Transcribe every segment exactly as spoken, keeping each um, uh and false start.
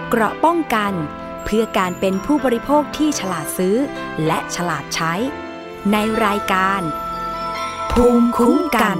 เกราะป้องกันเพื่อการเป็นผู้บริโภคที่ฉลาดซื้อและฉลาดใช้ในรายการภูมิคุ้มกัน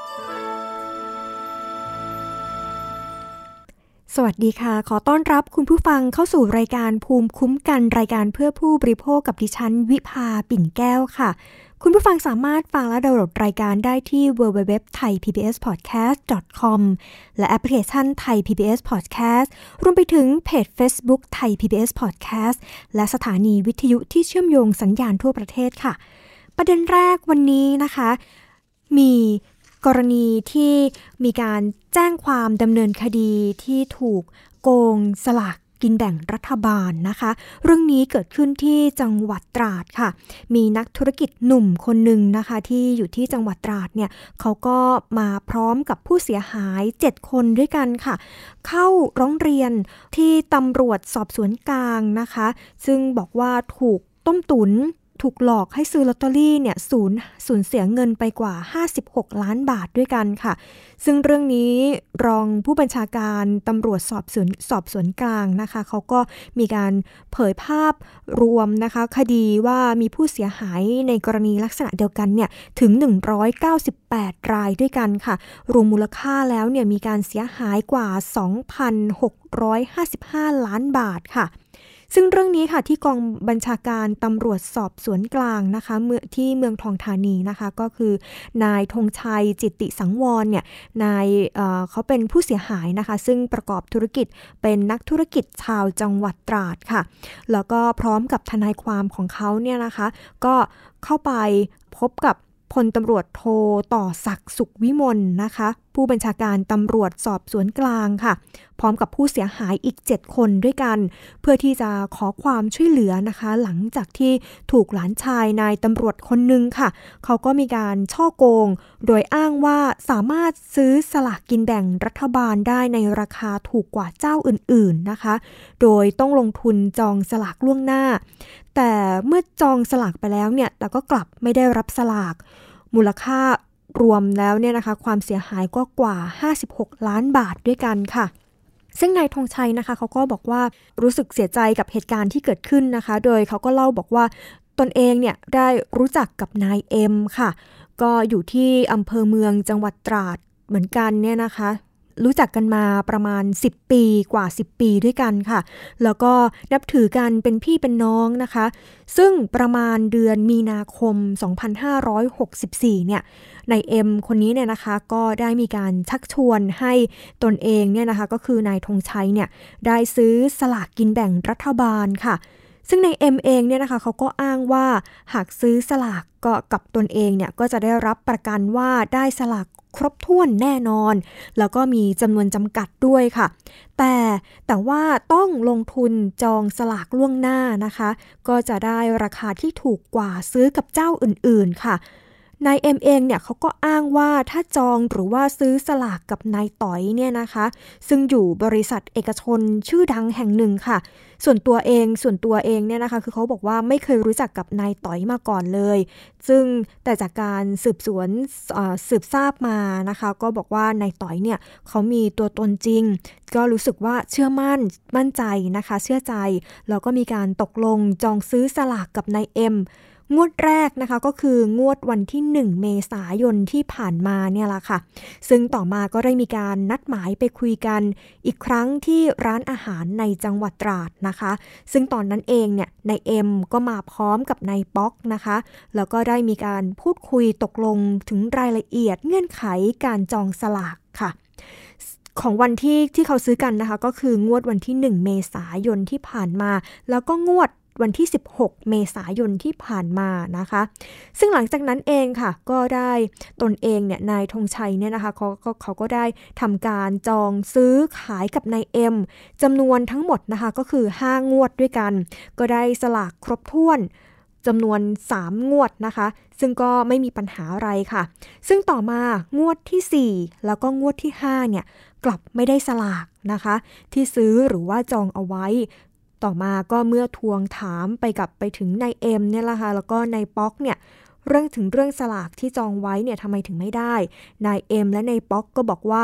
สวัสดีค่ะขอต้อนรับคุณผู้ฟังเข้าสู่รายการภูมิคุ้มกันรายการเพื่อผู้บริโภคกับดิฉันวิภาปิ่นแก้วค่ะคุณผู้ฟังสามารถฟังและดาวน์โหลดรายการได้ที่ ดับเบิลยู ดับเบิลยู ดับเบิลยู ดอท ไทย พี บี เอส พอดแคสต์ ดอท คอม และแอปพลิเคชัน Thai พี บี เอส Podcast รวมไปถึงเพจ Facebook Thai พี บี เอส Podcast และสถานีวิทยุที่เชื่อมโยงสัญญาณทั่วประเทศค่ะประเด็นแรกวันนี้นะคะมีกรณีที่มีการแจ้งความดำเนินคดีที่ถูกโกงสลากกินแบ่งรัฐบาลนะคะเรื่องนี้เกิดขึ้นที่จังหวัดตราดค่ะมีนักธุรกิจหนุ่มคนหนึ่งนะคะที่อยู่ที่จังหวัดตราดเนี่ยเขาก็มาพร้อมกับผู้เสียหายเจ็ดคนด้วยกันค่ะเข้าร้องเรียนที่ตำรวจสอบสวนกลางนะคะซึ่งบอกว่าถูกต้มตุ๋นถูกหลอกให้ซื้อลอตเตอรี่เนี่ยสูญสูญเสียเงินไปกว่าห้าสิบหกล้านบาทด้วยกันค่ะซึ่งเรื่องนี้รองผู้บัญชาการตำรวจสอบสวนสอบสวนกลางนะคะเขาก็มีการเผยภาพรวมนะคะคดีว่ามีผู้เสียหายในกรณีลักษณะเดียวกันเนี่ยถึงหนึ่งร้อยเก้าสิบแปดรายด้วยกันค่ะรวมมูลค่าแล้วเนี่ยมีการเสียหายกว่า สองพันหกร้อยห้าสิบห้าล้านบาทค่ะซึ่งเรื่องนี้ค่ะที่กองบัญชาการตำรวจสอบสวนกลางนะคะเมื่อที่เมืองทองธานีนะคะก็คือนายธงชัยจิตติสังวรเนี่ยนาย เอ่อ เขาเป็นผู้เสียหายนะคะซึ่งประกอบธุรกิจเป็นนักธุรกิจชาวจังหวัดตราดค่ะแล้วก็พร้อมกับทนายความของเขาเนี่ยนะคะก็เข้าไปพบกับพลตำรวจโทต่อศักดิ์สุขวิมลนะคะผู้บัญชาการตำรวจสอบสวนกลางค่ะพร้อมกับผู้เสียหายอีกเจ็ดคนด้วยกันเพื่อที่จะขอความช่วยเหลือนะคะหลังจากที่ถูกหลานชายนายตำรวจคนนึงค่ะเขาก็มีการฉ้อโกงโดยอ้างว่าสามารถซื้อสลากกินแบ่งรัฐบาลได้ในราคาถูกกว่าเจ้าอื่นๆนะคะโดยต้องลงทุนจองสลากล่วงหน้าแต่เมื่อจองสลากไปแล้วเนี่ยแต่ก็กลับไม่ได้รับสลากมูลค่ารวมแล้วเนี่ยนะคะความเสียหายก็กว่าห้าสิบหกล้านบาทด้วยกันค่ะซึ่งนายธงชัยนะคะเขาก็บอกว่ารู้สึกเสียใจกับเหตุการณ์ที่เกิดขึ้นนะคะโดยเขาก็เล่าบอกว่าตนเองเนี่ยได้รู้จักกับนายเอ็มค่ะก็อยู่ที่อำเภอเมืองจังหวัดตราดเหมือนกันเนี่ยนะคะรู้จักกันมาประมาณสิบปีกว่าสิบปีด้วยกันค่ะแล้วก็นับถือกันเป็นพี่เป็นน้องนะคะซึ่งประมาณเดือนมีนาคมสองพันห้าร้อยหกสิบสี่เนี่ยนายเอ็มคนนี้เนี่ยนะคะก็ได้มีการชักชวนให้ตนเองเนี่ยนะคะก็คือนายธงชัยเนี่ยได้ซื้อสลากกินแบ่งรัฐบาลค่ะซึ่งในเอ็มเองเนี่ยนะคะเขาก็อ้างว่าหากซื้อสลากก็กับตนเองเนี่ยก็จะได้รับประกันว่าได้สลากครบถ้วนแน่นอนแล้วก็มีจำนวนจำกัดด้วยค่ะแต่แต่ว่าต้องลงทุนจองสลากล่วงหน้านะคะก็จะได้ราคาที่ถูกกว่าซื้อกับเจ้าอื่นๆค่ะนายเอ็มเองเนี่ยเขาก็อ้างว่าถ้าจองหรือว่าซื้อสลากกับนายต๋อยเนี่ยนะคะซึ่งอยู่บริษัทเอกชนชื่อดังแห่งหนึ่งค่ะส่วนตัวเองส่วนตัวเองเนี่ยนะคะคือเขาบอกว่าไม่เคยรู้จักกับนายต๋อยมาก่อนเลยซึ่งแต่จากการสืบสวนสืบทราบมานะคะก็บอกว่านายต๋อยเนี่ยเขามีตัวตนจริงก็รู้สึกว่าเชื่อมั่นมั่นใจนะคะเชื่อใจแล้วก็มีการตกลงจองซื้อสลากกับนายเอ็มงวดแรกนะคะก็คืองวดวันที่หนึ่งเมษายนที่ผ่านมาเนี่ยล่ะค่ะซึ่งต่อมาก็ได้มีการนัดหมายไปคุยกันอีกครั้งที่ร้านอาหารในจังหวัดตราดนะคะซึ่งตอนนั้นเองเนี่ยนายเอ็มก็มาพร้อมกับนายป๊อกนะคะแล้วก็ได้มีการพูดคุยตกลงถึงรายละเอียดเงื่อนไขการจองสลากค่ะของวันที่ที่เขาซื้อกันนะคะก็คืองวดวันที่หนึ่งเมษายนที่ผ่านมาแล้วก็งวดวันที่สิบหกเมษายนที่ผ่านมานะคะซึ่งหลังจากนั้นเองค่ะก็ได้ตนเองเนี่ยนายธงชัยเนี่ยนะคะเขาก็เขาก็ได้ทำการจองซื้อขายกับนายเอ็มจำนวนทั้งหมดนะคะก็คือห้างวดด้วยกันก็ได้สลากครบถ้วนจำนวนสามงวดนะคะซึ่งก็ไม่มีปัญหาอะไรค่ะซึ่งต่อมางวดที่สี่แล้วก็งวดที่ห้าเนี่ยกลับไม่ได้สลากนะคะที่ซื้อหรือว่าจองเอาไว้ต่อมาก็เมื่อทวงถามไปกับไปถึงนายเอ็มเนี่ยแหละค่ะแล้วก็นายป๊อกเนี่ย เรื่องถึงเรื่องสลากที่จองไว้เนี่ยทำไมถึงไม่ได้นายเอ็มและนายป๊อกก็บอกว่า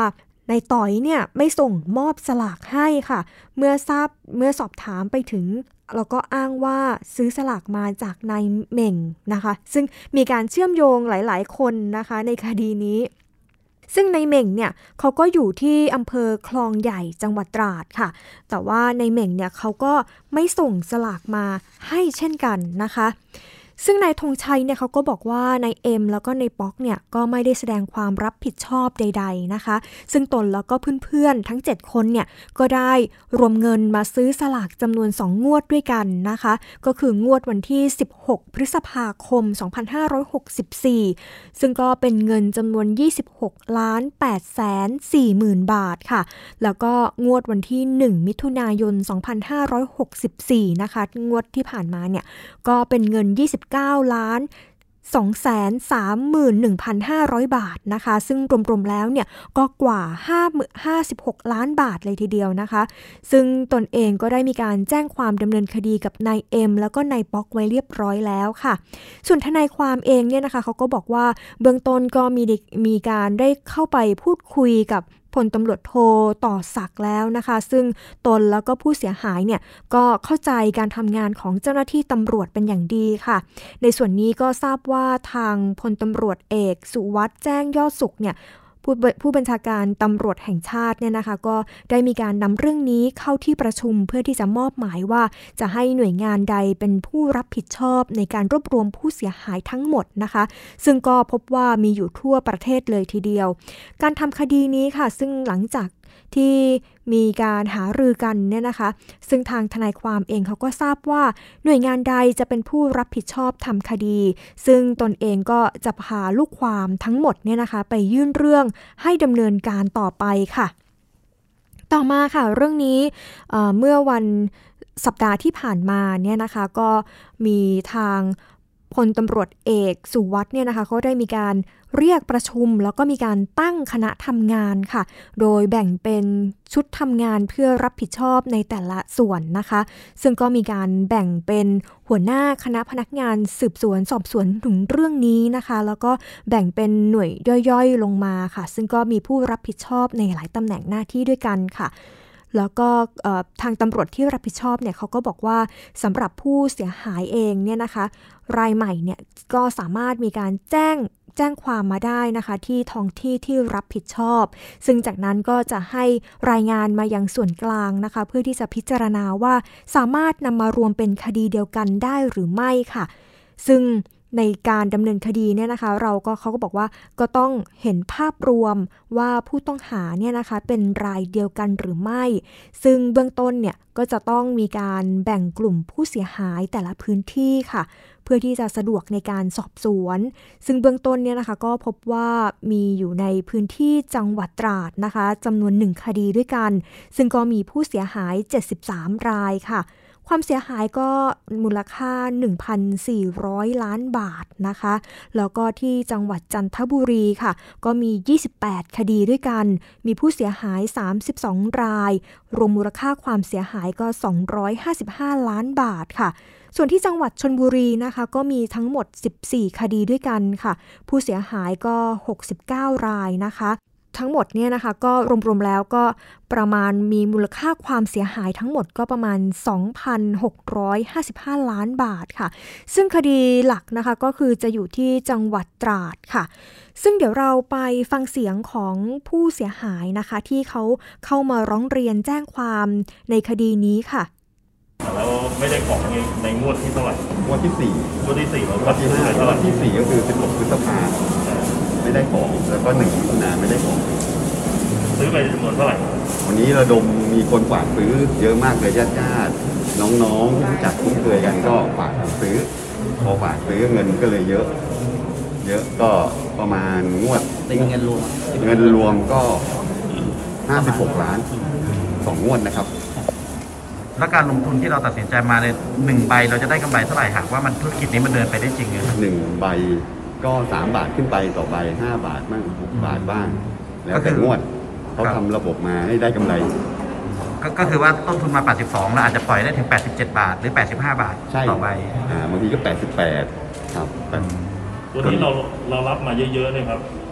นายต่อยเนี่ยไม่ส่งมอบสลากให้ค่ะเมื่อทราบเมื่อสอบถามไปถึงแล้วก็อ้างว่าซื้อสลากมาจากนายเหม่งนะคะซึ่งมีการเชื่อมโยงหลายๆคนนะคะในคดีนี้ซึ่งนายเหม่งเนี่ยเขาก็อยู่ที่อำเภอคลองใหญ่จังหวัดตราดค่ะแต่ว่านายเหม่งเนี่ยเขาก็ไม่ส่งสลากมาให้เช่นกันนะคะซึ่งนายธงชัยเนี่ยเขาก็บอกว่านายเอ็มแล้วก็นายป๊อกเนี่ยก็ไม่ได้แสดงความรับผิดชอบใดๆนะคะซึ่งตนแล้วก็เพื่อนๆทั้งเจ็ดคนเนี่ยก็ได้รวมเงินมาซื้อสลากจำนวนสองงวดด้วยกันนะคะก็คืองวดวันที่สิบหกพฤษภาคมสองพันห้าร้อยหกสิบสี่ซึ่งก็เป็นเงินจำนวนยี่สิบหกล้านแปดแสนสี่หมื่นบาทค่ะแล้วก็งวดวันที่หนึ่งมิถุนายนสองพันห้าร้อยหกสิบสี่นะคะงวดที่ผ่านมาเนี่ยก็เป็นเงินยี่สิบเก้าล้าน สองแสนสามหมื่นหนึ่งพันห้าร้อย บาทนะคะซึ่งรวมๆแล้วเนี่ยก็กว่าห้าสิบหกล้านบาทเลยทีเดียวนะคะซึ่งตนเองก็ได้มีการแจ้งความดำเนินคดีกับนายเอ็มแล้วก็นายป๊อกไว้เรียบร้อยแล้วค่ะส่วนทนายความเองเนี่ยนะคะเขาก็บอกว่าเบื้องต้นก็มีมีการได้เข้าไปพูดคุยกับพลตำรวจโทต่อศักดิ์แล้วนะคะซึ่งตนแล้วก็ผู้เสียหายเนี่ยก็เข้าใจการทำงานของเจ้าหน้าที่ตำรวจเป็นอย่างดีค่ะในส่วนนี้ก็ทราบว่าทางพลตำรวจเอกสุวัฒน์แจ้งยอดสุขเนี่ยผู้ผู้บัญชาการตำรวจแห่งชาติเนี่ยนะคะก็ได้มีการนำเรื่องนี้เข้าที่ประชุมเพื่อที่จะมอบหมายว่าจะให้หน่วยงานใดเป็นผู้รับผิดชอบในการรวบรวมผู้เสียหายทั้งหมดนะคะซึ่งก็พบว่ามีอยู่ทั่วประเทศเลยทีเดียวการทำคดีนี้ค่ะซึ่งหลังจากที่มีการหารือกันเนี่ยนะคะซึ่งทางทนายความเองเขาก็ทราบว่าหน่วยงานใดจะเป็นผู้รับผิดชอบทำคดีซึ่งตนเองก็จะพาลูกความทั้งหมดเนี่ยนะคะไปยื่นเรื่องให้ดำเนินการต่อไปค่ะต่อมาค่ะเรื่องนี้เอ่อเมื่อวันสัปดาห์ที่ผ่านมาเนี่ยนะคะก็มีทางพลตำรวจเอกสุวัฒน์เนี่ยนะคะเขาได้มีการเรียกประชุมแล้วก็มีการตั้งคณะทำงานค่ะโดยแบ่งเป็นชุดทำงานเพื่อรับผิดชอบในแต่ละส่วนนะคะซึ่งก็มีการแบ่งเป็นหัวหน้าคณะพนักงานสืบสวนสอบสวนถึงเรื่องนี้นะคะแล้วก็แบ่งเป็นหน่วยย่อยๆลงมาค่ะซึ่งก็มีผู้รับผิดชอบในหลายตำแหน่งหน้าที่ด้วยกันค่ะแล้วก็ทางตำรวจที่รับผิดชอบเนี่ยเขาก็บอกว่าสำหรับผู้เสียหายเองเนี่ยนะคะรายใหม่เนี่ยก็สามารถมีการแจ้งแจ้งความมาได้นะคะที่ท้องที่ที่รับผิดชอบซึ่งจากนั้นก็จะให้รายงานมายังส่วนกลางนะคะเพื่อที่จะพิจารณาว่าสามารถนำมารวมเป็นคดีเดียวกันได้หรือไม่ค่ะซึ่งในการดำเนินคดีเนี่ยนะคะเราก็เขาก็บอกว่าก็ต้องเห็นภาพรวมว่าผู้ต้องหาเนี่ยนะคะเป็นรายเดียวกันหรือไม่ซึ่งเบื้องต้นเนี่ยก็จะต้องมีการแบ่งกลุ่มผู้เสียหายแต่ละพื้นที่ค่ะเพื่อที่จะสะดวกในการสอบสวนซึ่งเบื้องต้นเนี่ยนะคะก็พบว่ามีอยู่ในพื้นที่จังหวัดตราดนะคะจำนวนหนึ่งคดีด้วยกันซึ่งก็มีผู้เสียหายเจ็ดสิบสามรายค่ะความเสียหายก็มูลค่า หนึ่งพันสี่ร้อย ล้านบาทนะคะแล้วก็ที่จังหวัดจันทบุรีค่ะก็มียี่สิบแปดคดีด้วยกันมีผู้เสียหายสามสิบสองรายรวมมูลค่าความเสียหายก็สองร้อยห้าสิบห้าล้านบาทค่ะส่วนที่จังหวัดชลบุรีนะคะก็มีทั้งหมดสิบสี่คดีด้วยกันค่ะผู้เสียหายก็หกสิบเก้ารายนะคะทั้งหมดเนี่ยนะคะก็รวมๆแล้วก็ประมาณมีมูลค่าความเสียหายทั้งหมดก็ประมาณ สองพันหกร้อยห้าสิบห้า ล้านบาทค่ะซึ่งคดีหลักนะคะก็คือจะอยู่ที่จังหวัดตราดค่ะซึ่งเดี๋ยวเราไปฟังเสียงของผู้เสียหายนะคะที่เขาเข้ามาร้องเรียนแจ้งความในคดีนี้ค่ะแล้วไม่ได้ของในงวดที่เท่าไหร่งวดที่สี่งวดที่สี่งวดที่ห้างวดที่สี่ก็คือสิบหกพฤษภาคมไม่ได้ของแล้วก็หนึ่งมิถุนายนไม่ได้ของซื้อไปจำนวนเท่าไหร่วันนี้ระดมมีคนฝากซื้อเยอะมากเลยญาติญาติน้องๆที่รู้จักคุ้นเคยกันก็ฝากซื้อพอฝากซื้อเงินก็เลยเยอะเยอะก็ประมาณงวดเป็นเงินรวมเงินรวมก็ห้าสิบหกล้านสองงวดนะครับและการลงทุนที่เราตัดสินใจมาในหนึ่งใบเราจะได้กำไรเท่าไหร่หากว่ามันธุรกิจนี้มันเดินไปได้จริงเลยหนึ่งใบก็สามบาทขึ้นไปต่อใบห้าบาทบ้างหกบาทบ้างแล้วแต่งวดเขาทำระบบมาให้ได้กำไรก็คือว่าต้นทุนมาแปดสิบสองเราอาจจะปล่อยได้ถึงแปดสิบเจ็ดบาทหรือแปดสิบห้าบาทต่อใบอ่าบางทีก็แปดสิบแปดครับตัวนี้เราเรารับมาเยอะๆเลยครับ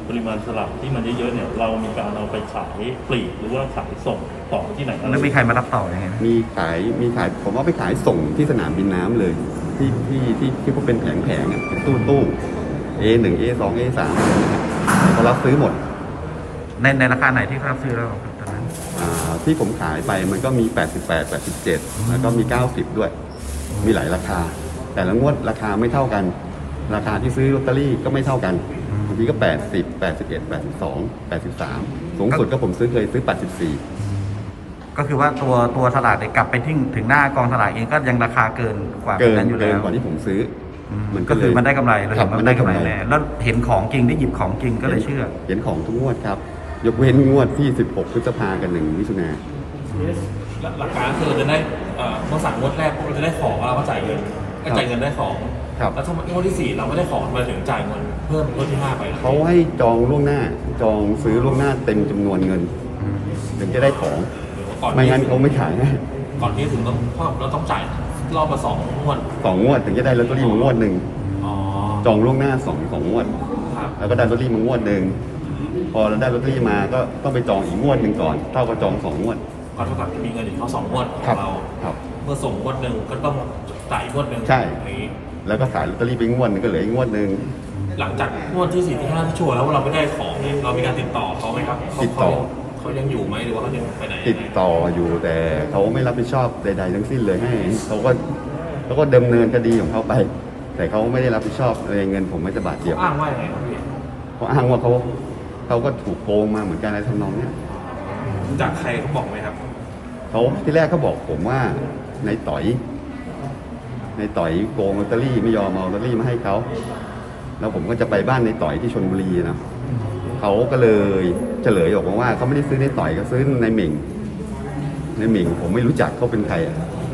ปริมาณสลากที่มันเยอะๆเนี่ยเรามีการเอาไปขายปลีกหรือว่าขายส่งต่อที่ไหนแล้วมีใครมารับต่อยังไงมีขายมีขายผมเอาไปขายส่งที่สนามบินน้ำเลยที่ที่ที่ที่พวกเป็นแผงๆอ่ะเป็นตู้ตู้ เอ หนึ่ง เอ สอง เอ สาม เขารับซื้อหมดในในราคาไหนที่เขารับซื้อแล้วตอนนั้นที่ผมขายไปมันก็มีแปดสิบแปด แปดสิบเจ็ดแล้วก็มีเก้าสิบด้วยมีหลายราคาแต่ละงวดราคาไม่เท่ากันราคาที่ซื้อลอตเตอรี่ก็ไม่เท่ากันบางทีก็แปดสิบ แปดสิบเอ็ด แปดสิบสอง แปดสิบสามสูงสุดก็ผมซื้อเคยซื้อแปดสิบสี่ก็คือว่าตัวตัวสลากเนี่ยกลับไปที่ถึงหน้ากองสลากเองก็ยังราคาเกินกว่านั้นอยู่แล้วเกินกว่าที่ผมซื้อมันก็คือมันได้กำไรเลยมันได้กำไรแน่แล้วเห็นของจริงได้หยิบของจริงก็เลยเชื่อเห็นของทุกงวดครับยกเว้นงวดที่สิบหกพฤษภาคมกับหนึ่งมิถุนายนหลักการคือจะได้เมื่อสั่งงวดแรกพวกเราจะได้ของเราก็จ่ายเงินก็จ่ายเงินได้ของแล้วถ้างวดที่สี่เราไม่ได้ของมาถึงจ่ายเงินเพิ่มงวดที่ห้าไปเขาให้จองล่วงหน้าจองซื้อล่วงหน้าเต็มจำนวนเงินถึงจะได้ของไม่งั้นเขาไม่ขายให้ก่อนที่ถึงต้องเราต้องจ่ายรอบละสองงวดสองงวดถึงจะได้ลอตเตอรี่มางวดหนึ่งจองล่วงหน้าสองสองงวดแล้วก็ได้ลอตเตอรี่มางวดหนึ่งพอเราได้ลอตเตอรี่มาก็ต้องไปจองอีกงวดหนึ่งก่อนเท่ากับจองสองงวดก็เท่ากับมีเงินอีกเขาสองงวดของเราเมื่อส่งงวดหนึ่งก็ต้องจ่ายงวดหนึ่งใช่แล้วก็ขายลอตเตอรี่ไปงวดนึงก็เหลืออีกงวดหนึ่งหลังจากงวดที่สี่ที่ห้าที่ชัวร์แล้วเราไม่ได้ของเนี่ยเรามีการติดต่อเขาไหมครับติดต่อเขายังอยู่ไหมหรือว่าเขายังไปไหนติดต่ออยู่แต่เขาไม่รับผิดชอบใดๆทั้งสิ้นเลยให้เขาก็เขาก็ดำเนินคดีของเขาไปแต่เขาไม่ได้รับผิดชอบเลยเงินผมไม่จะบาทเดียวอ้างว่าไงครับพี่เขาอ้างว่าเขาเขาก็ถูกโกงมาเหมือนกันอะไรทำนองนี้จากใครเขาบอกไหมครับเขาที่แรกเขาบอกผมว่าในต่อยในต่อยโกงลอตเตอรี่ไม่ยอมเอาลอตเตอรี่มาให้เขาแล้วผมก็จะไปบ้านในต่อยที่ชลบุรีนะเขาก็เลยเฉลยออกมาว่าเขาไม่ได้ซื้อในต่อยเขาซื้อในเหม่งในเหม่งผมไม่รู้จักเขาเป็นใคร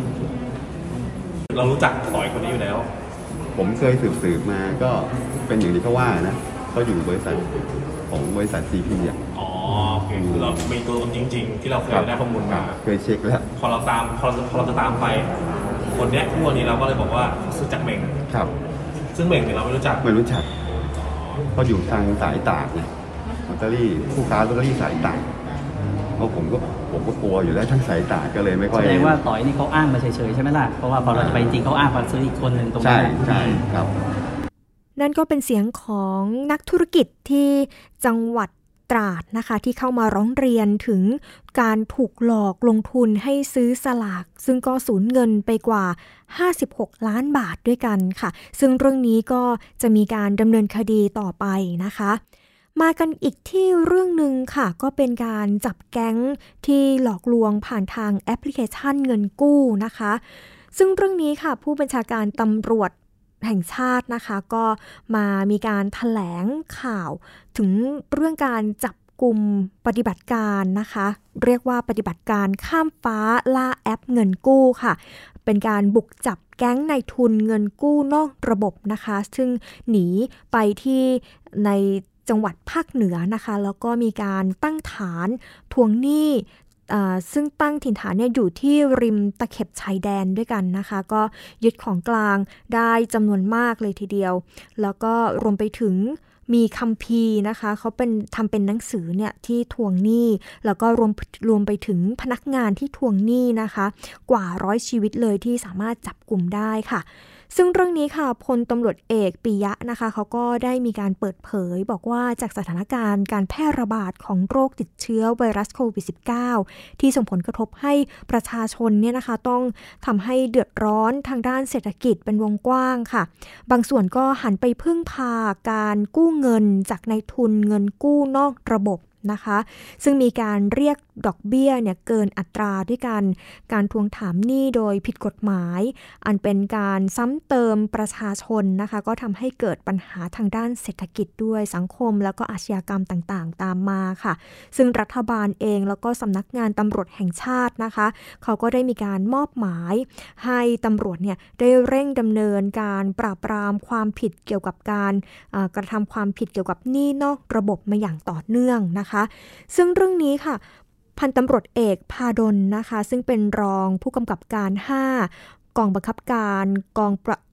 เรารู้จักต่อยคนนี้อยู่แล้วผมเคยสืบสืบมาก็เป็นอย่างที่เขาว่านะเขาอยู่บริษัทของบริษัท ซี พี อ่ะอ๋อโอเคคือเรามีตัวตนจริงๆที่เราเคยได้ข้อมูลมาเคยเช็คแล้วพอเราตามพอเราพอเราจะตามไปคนเนี้ยผู้วันนี้เราก็เลยบอกว่าซื้อจากเหม่งครับซึ่งเหม่งเนี่ยเราไม่รู้จักไม่รู้จักเขาอยู่ทางสายตากไงลอตเตอรี่ผู้ค้าลอตเตอรี่สายตากเพราะผมก็ผมก็กลัวอยู่แล้วทั้งสายตากก็เลยไม่ค่อยแสดงว่าต่อยนี่เขาอ้างมาเฉยๆใช่ไหมล่ะเพราะว่าพอเราจะไปจริงเขาอ้างมาซื้ออีกคนหนึ่งตรงนั้นใช่ใช่ครับนั่นก็เป็นเสียงของนักธุรกิจที่จังหวัดตราดนะคะที่เข้ามาร้องเรียนถึงการถูกหลอกลงทุนให้ซื้อสลากซึ่งก็สูญเงินไปกว่าห้าสิบหกล้านบาทด้วยกันค่ะซึ่งเรื่องนี้ก็จะมีการดำเนินคดีต่อไปนะคะมากันอีกที่เรื่องหนึ่งค่ะก็เป็นการจับแก๊งที่หลอกลวงผ่านทางแอปพลิเคชันเงินกู้นะคะซึ่งเรื่องนี้ค่ะผู้บัญชาการตำรวจแห่งชาตินะคะก็มามีการแถลงข่าวถึงเรื่องการจับกลุ่มปฏิบัติการนะคะเรียกว่าปฏิบัติการข้ามฟ้าล่าแอปเงินกู้ค่ะเป็นการบุกจับแก๊งนายทุนเงินกู้นอกระบบนะคะซึ่งหนีไปที่ในจังหวัดภาคเหนือนะคะแล้วก็มีการตั้งฐานทวงหนี้ซึ่งตั้งถิ่นฐานเนี่ยอยู่ที่ริมตะเข็บชายแดนด้วยกันนะคะก็ยึดของกลางได้จำนวนมากเลยทีเดียวแล้วก็รวมไปถึงมีคัมภีร์นะคะเขาเป็นทำเป็นหนังสือเนี่ยที่ทวงหนี้แล้วก็รวมรวมไปถึงพนักงานที่ทวงหนี้นะคะกว่าร้อยชีวิตเลยที่สามารถจับกลุ่มได้ค่ะซึ่งเรื่องนี้ค่ะพลตำรวจเอกปิยะนะคะเขาก็ได้มีการเปิดเผยบอกว่าจากสถานการณ์การแพร่ระบาดของโรคติดเชื้อไวรัสโควิด สิบเก้า ที่ส่งผลกระทบให้ประชาชนเนี่ยนะคะต้องทำให้เดือดร้อนทางด้านเศรษฐกิจเป็นวงกว้างค่ะบางส่วนก็หันไปพึ่งพาการกู้เงินจากนายทุนเงินกู้นอกระบบนะคะซึ่งมีการเรียกดอกเบี้ยเนี่ยเกินอัตราด้วยกันการทวงถามหนี้โดยผิดกฎหมายอันเป็นการซ้ำเติมประชาชนนะคะก็ทำให้เกิดปัญหาทางด้านเศรษฐกิจด้วยสังคมแล้วก็อาชญากรรมต่างๆตามมาค่ะซึ่งรัฐบาลเองแล้วก็สำนักงานตำรวจแห่งชาตินะคะเขาก็ได้มีการมอบหมายให้ตำรวจเนี่ยได้เร่งดำเนินการปราบปรามความผิดเกี่ยวกับการกระทำความผิดเกี่ยวกับหนี้นอกระบบมาอย่างต่อเนื่องนะคะซึ่งเรื่องนี้ค่ะพันตำรวจเอกพาดลนะคะซึ่งเป็นรองผู้กำกับการห้ากองบังคับการกองประ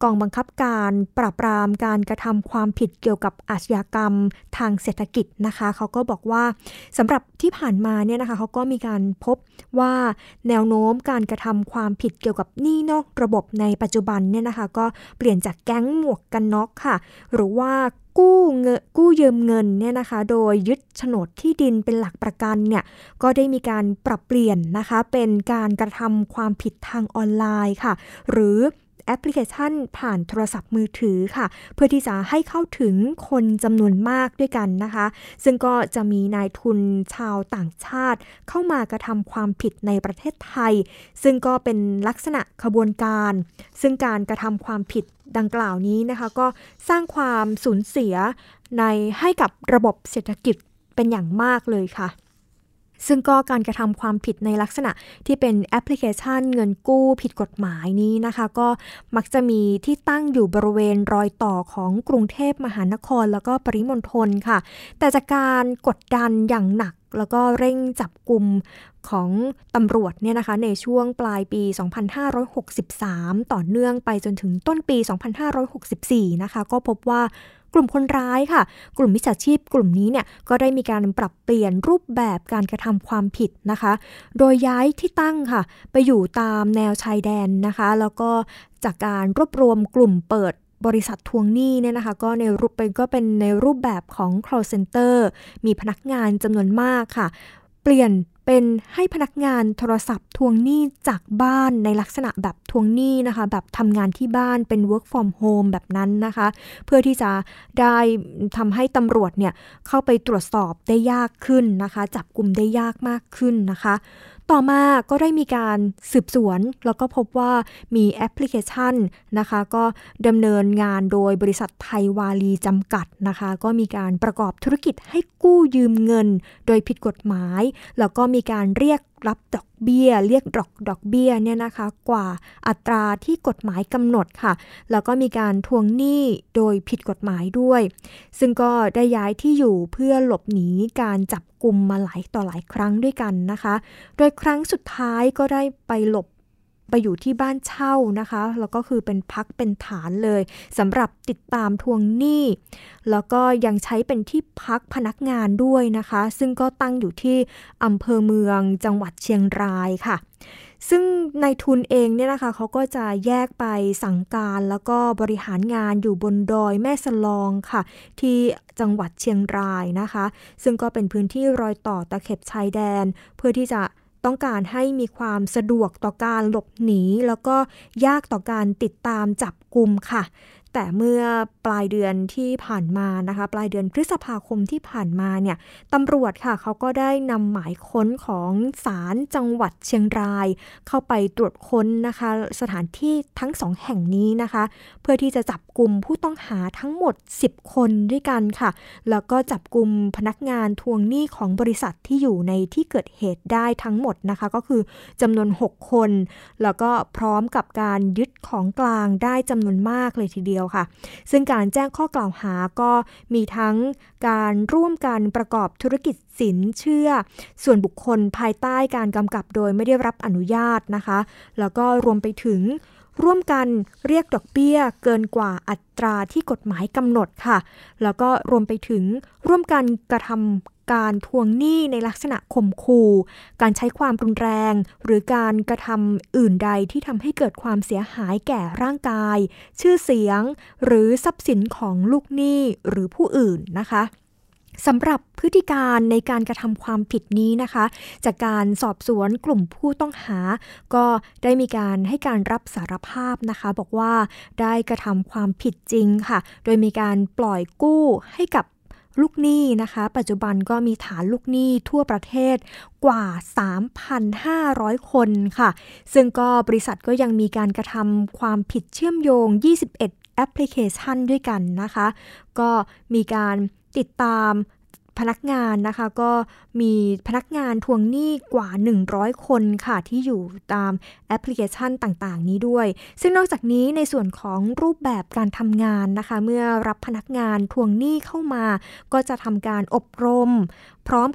กองบังคับการปราบปรามการกระทำความผิดเกี่ยวกับอาชญากรรมทางเศรษฐกิจนะคะเขาก็บอกว่าสำหรับที่ผ่านมาเนี่ยนะคะเขาก็มีการพบว่าแนวโน้มการกระทำความผิดเกี่ยวกับหนี้นอกระบบในปัจจุบันเนี่ยนะคะก็เปลี่ยนจากแก๊งหมวกกันน็อกค่ะหรือว่ากู้เงินกู้ยืมเงินเนี่ยนะคะโดยยึดโฉนดที่ดินเป็นหลักประกันเนี่ยก็ได้มีการปรับเปลี่ยนนะคะเป็นการกระทำความผิดทางออนไลน์ค่ะหรือแอปพลิเคชันผ่านโทรศัพท์มือถือค่ะเพื่อที่จะให้เข้าถึงคนจำนวนมากด้วยกันนะคะซึ่งก็จะมีนายทุนชาวต่างชาติเข้ามากระทำความผิดในประเทศไทยซึ่งก็เป็นลักษณะขบวนการซึ่งการกระทำความผิดดังกล่าวนี้นะคะก็สร้างความสูญเสียในให้กับระบบเศรษฐกิจเป็นอย่างมากเลยค่ะซึ่งก็การกระทำความผิดในลักษณะที่เป็นแอปพลิเคชันเงินกู้ผิดกฎหมายนี้นะคะก็มักจะมีที่ตั้งอยู่บริเวณรอยต่อของกรุงเทพมหานครแล้วก็ปริมณฑลค่ะแต่จากการกดดันอย่างหนักแล้วก็เร่งจับกุมของตำรวจเนี่ยนะคะในช่วงปลายปี สองพันห้าร้อยหกสิบสาม ต่อเนื่องไปจนถึงต้นปี สองพันห้าร้อยหกสิบสี่ นะคะก็พบว่ากลุ่มคนร้ายค่ะกลุ่มมิจฉาชีพกลุ่มนี้เนี่ยก็ได้มีการปรับเปลี่ยนรูปแบบการกระทำความผิดนะคะโดยย้ายที่ตั้งค่ะไปอยู่ตามแนวชายแดนนะคะแล้วก็จากการรวบรวมกลุ่มเปิดบริษัททวงหนี้เนี่ยนะคะก็ในรูปเป็นก็เป็นในรูปแบบของ call center มีพนักงานจำนวนมากค่ะเปลี่ยนเป็นให้พนักงานโทรศัพท์ทวงหนี้จากบ้านในลักษณะแบบทวงหนี้นะคะแบบทำงานที่บ้านเป็น work from home แบบนั้นนะคะเพื่อที่จะได้ทำให้ตำรวจเนี่ยเข้าไปตรวจสอบได้ยากขึ้นนะคะจับกุมได้ยากมากขึ้นนะคะต่อมาก็ได้มีการสืบสวนแล้วก็พบว่ามีแอปพลิเคชันนะคะก็ดำเนินงานโดยบริษัทไทยวาลีจำกัดนะคะก็มีการประกอบธุรกิจให้กู้ยืมเงินโดยผิดกฎหมายแล้วก็มีการเรียกรับดอกเบี้ยเรียกดอกดอกเบี้ยเนี่ยนะคะกว่าอัตราที่กฎหมายกำหนดค่ะแล้วก็มีการทวงหนี้โดยผิดกฎหมายด้วยซึ่งก็ได้ย้ายที่อยู่เพื่อหลบหนีการจับกุมมาหลายต่อหลายครั้งด้วยกันนะคะโดยครั้งสุดท้ายก็ได้ไปหลบไปอยู่ที่บ้านเช่านะคะแล้วก็คือเป็นพักเป็นฐานเลยสำหรับติดตามทวงหนี้แล้วก็ยังใช้เป็นที่พักพนักงานด้วยนะคะซึ่งก็ตั้งอยู่ที่อำเภอเมืองจังหวัดเชียงรายค่ะซึ่งนายทุนเองเนี่ยนะคะเขาก็จะแยกไปสั่งการแล้วก็บริหารงานอยู่บนดอยแม่สลองค่ะที่จังหวัดเชียงรายนะคะซึ่งก็เป็นพื้นที่รอยต่อตะเข็บชายแดนเพื่อที่จะต้องการให้มีความสะดวกต่อการหลบหนีแล้วก็ยากต่อการติดตามจับกุมค่ะแต่เมื่อปลายเดือนที่ผ่านมานะคะปลายเดือนพฤษภาคมที่ผ่านมาเนี่ยตำรวจค่ะเขาก็ได้นำหมายค้นของศาลจังหวัดเชียงรายเข้าไปตรวจค้นนะคะสถานที่ทั้งสองแห่งนี้นะคะเพื่อที่จะจับกุมผู้ต้องหาทั้งหมดสิบคนด้วยกันค่ะแล้วก็จับกุมพนักงานทวงหนี้ของบริษัทที่อยู่ในที่เกิดเหตุได้ทั้งหมดนะคะก็คือจำนวนหกคนแล้วก็พร้อมกับการยึดของกลางได้จำนวนมากเลยทีเดียวค่ะซึ่งการแจ้งข้อกล่าวหาก็มีทั้งการร่วมกันประกอบธุรกิจสินเชื่อส่วนบุคคลภายใต้การกำกับโดยไม่ได้รับอนุญาตนะคะแล้วก็รวมไปถึงร่วมกันเรียกดอกเบี้ยเกินกว่าอัตราที่กฎหมายกำหนดค่ะแล้วก็รวมไปถึงร่วมกันกระทำการทวงหนี้ในลักษณะข่มขู่การใช้ความรุนแรงหรือการกระทำอื่นใดที่ทำให้เกิดความเสียหายแก่ร่างกายชื่อเสียงหรือทรัพย์สินของลูกหนี้หรือผู้อื่นนะคะสำหรับพฤติการในการกระทำความผิดนี้นะคะจากการสอบสวนกลุ่มผู้ต้องหาก็ได้มีการให้การรับสารภาพนะคะบอกว่าได้กระทำความผิดจริงค่ะโดยมีการปล่อยกู้ให้กับลูกหนี้นะคะปัจจุบันก็มีฐานลูกหนี้ทั่วประเทศกว่า สามพันห้าร้อย คนค่ะซึ่งก็บริษัทก็ยังมีการกระทำความผิดเชื่อมโยงยี่สิบเอ็ดแอปพลิเคชันด้วยกันนะคะก็มีการติดตามพนักงานนะคะก็มีพนักงานทวงหนี้กว่าหนึ่งร้อยคนค่ะที่อยู่ตามแอปพลิเคชันต่างๆนี้ด้วยซึ่งนอกจากนี้ในส่วนของรูปแบบการทำงานนะคะเมื่อรับพนักงานทวงหนี้เข้ามาก็จะทำการอบรมพร้อมกับ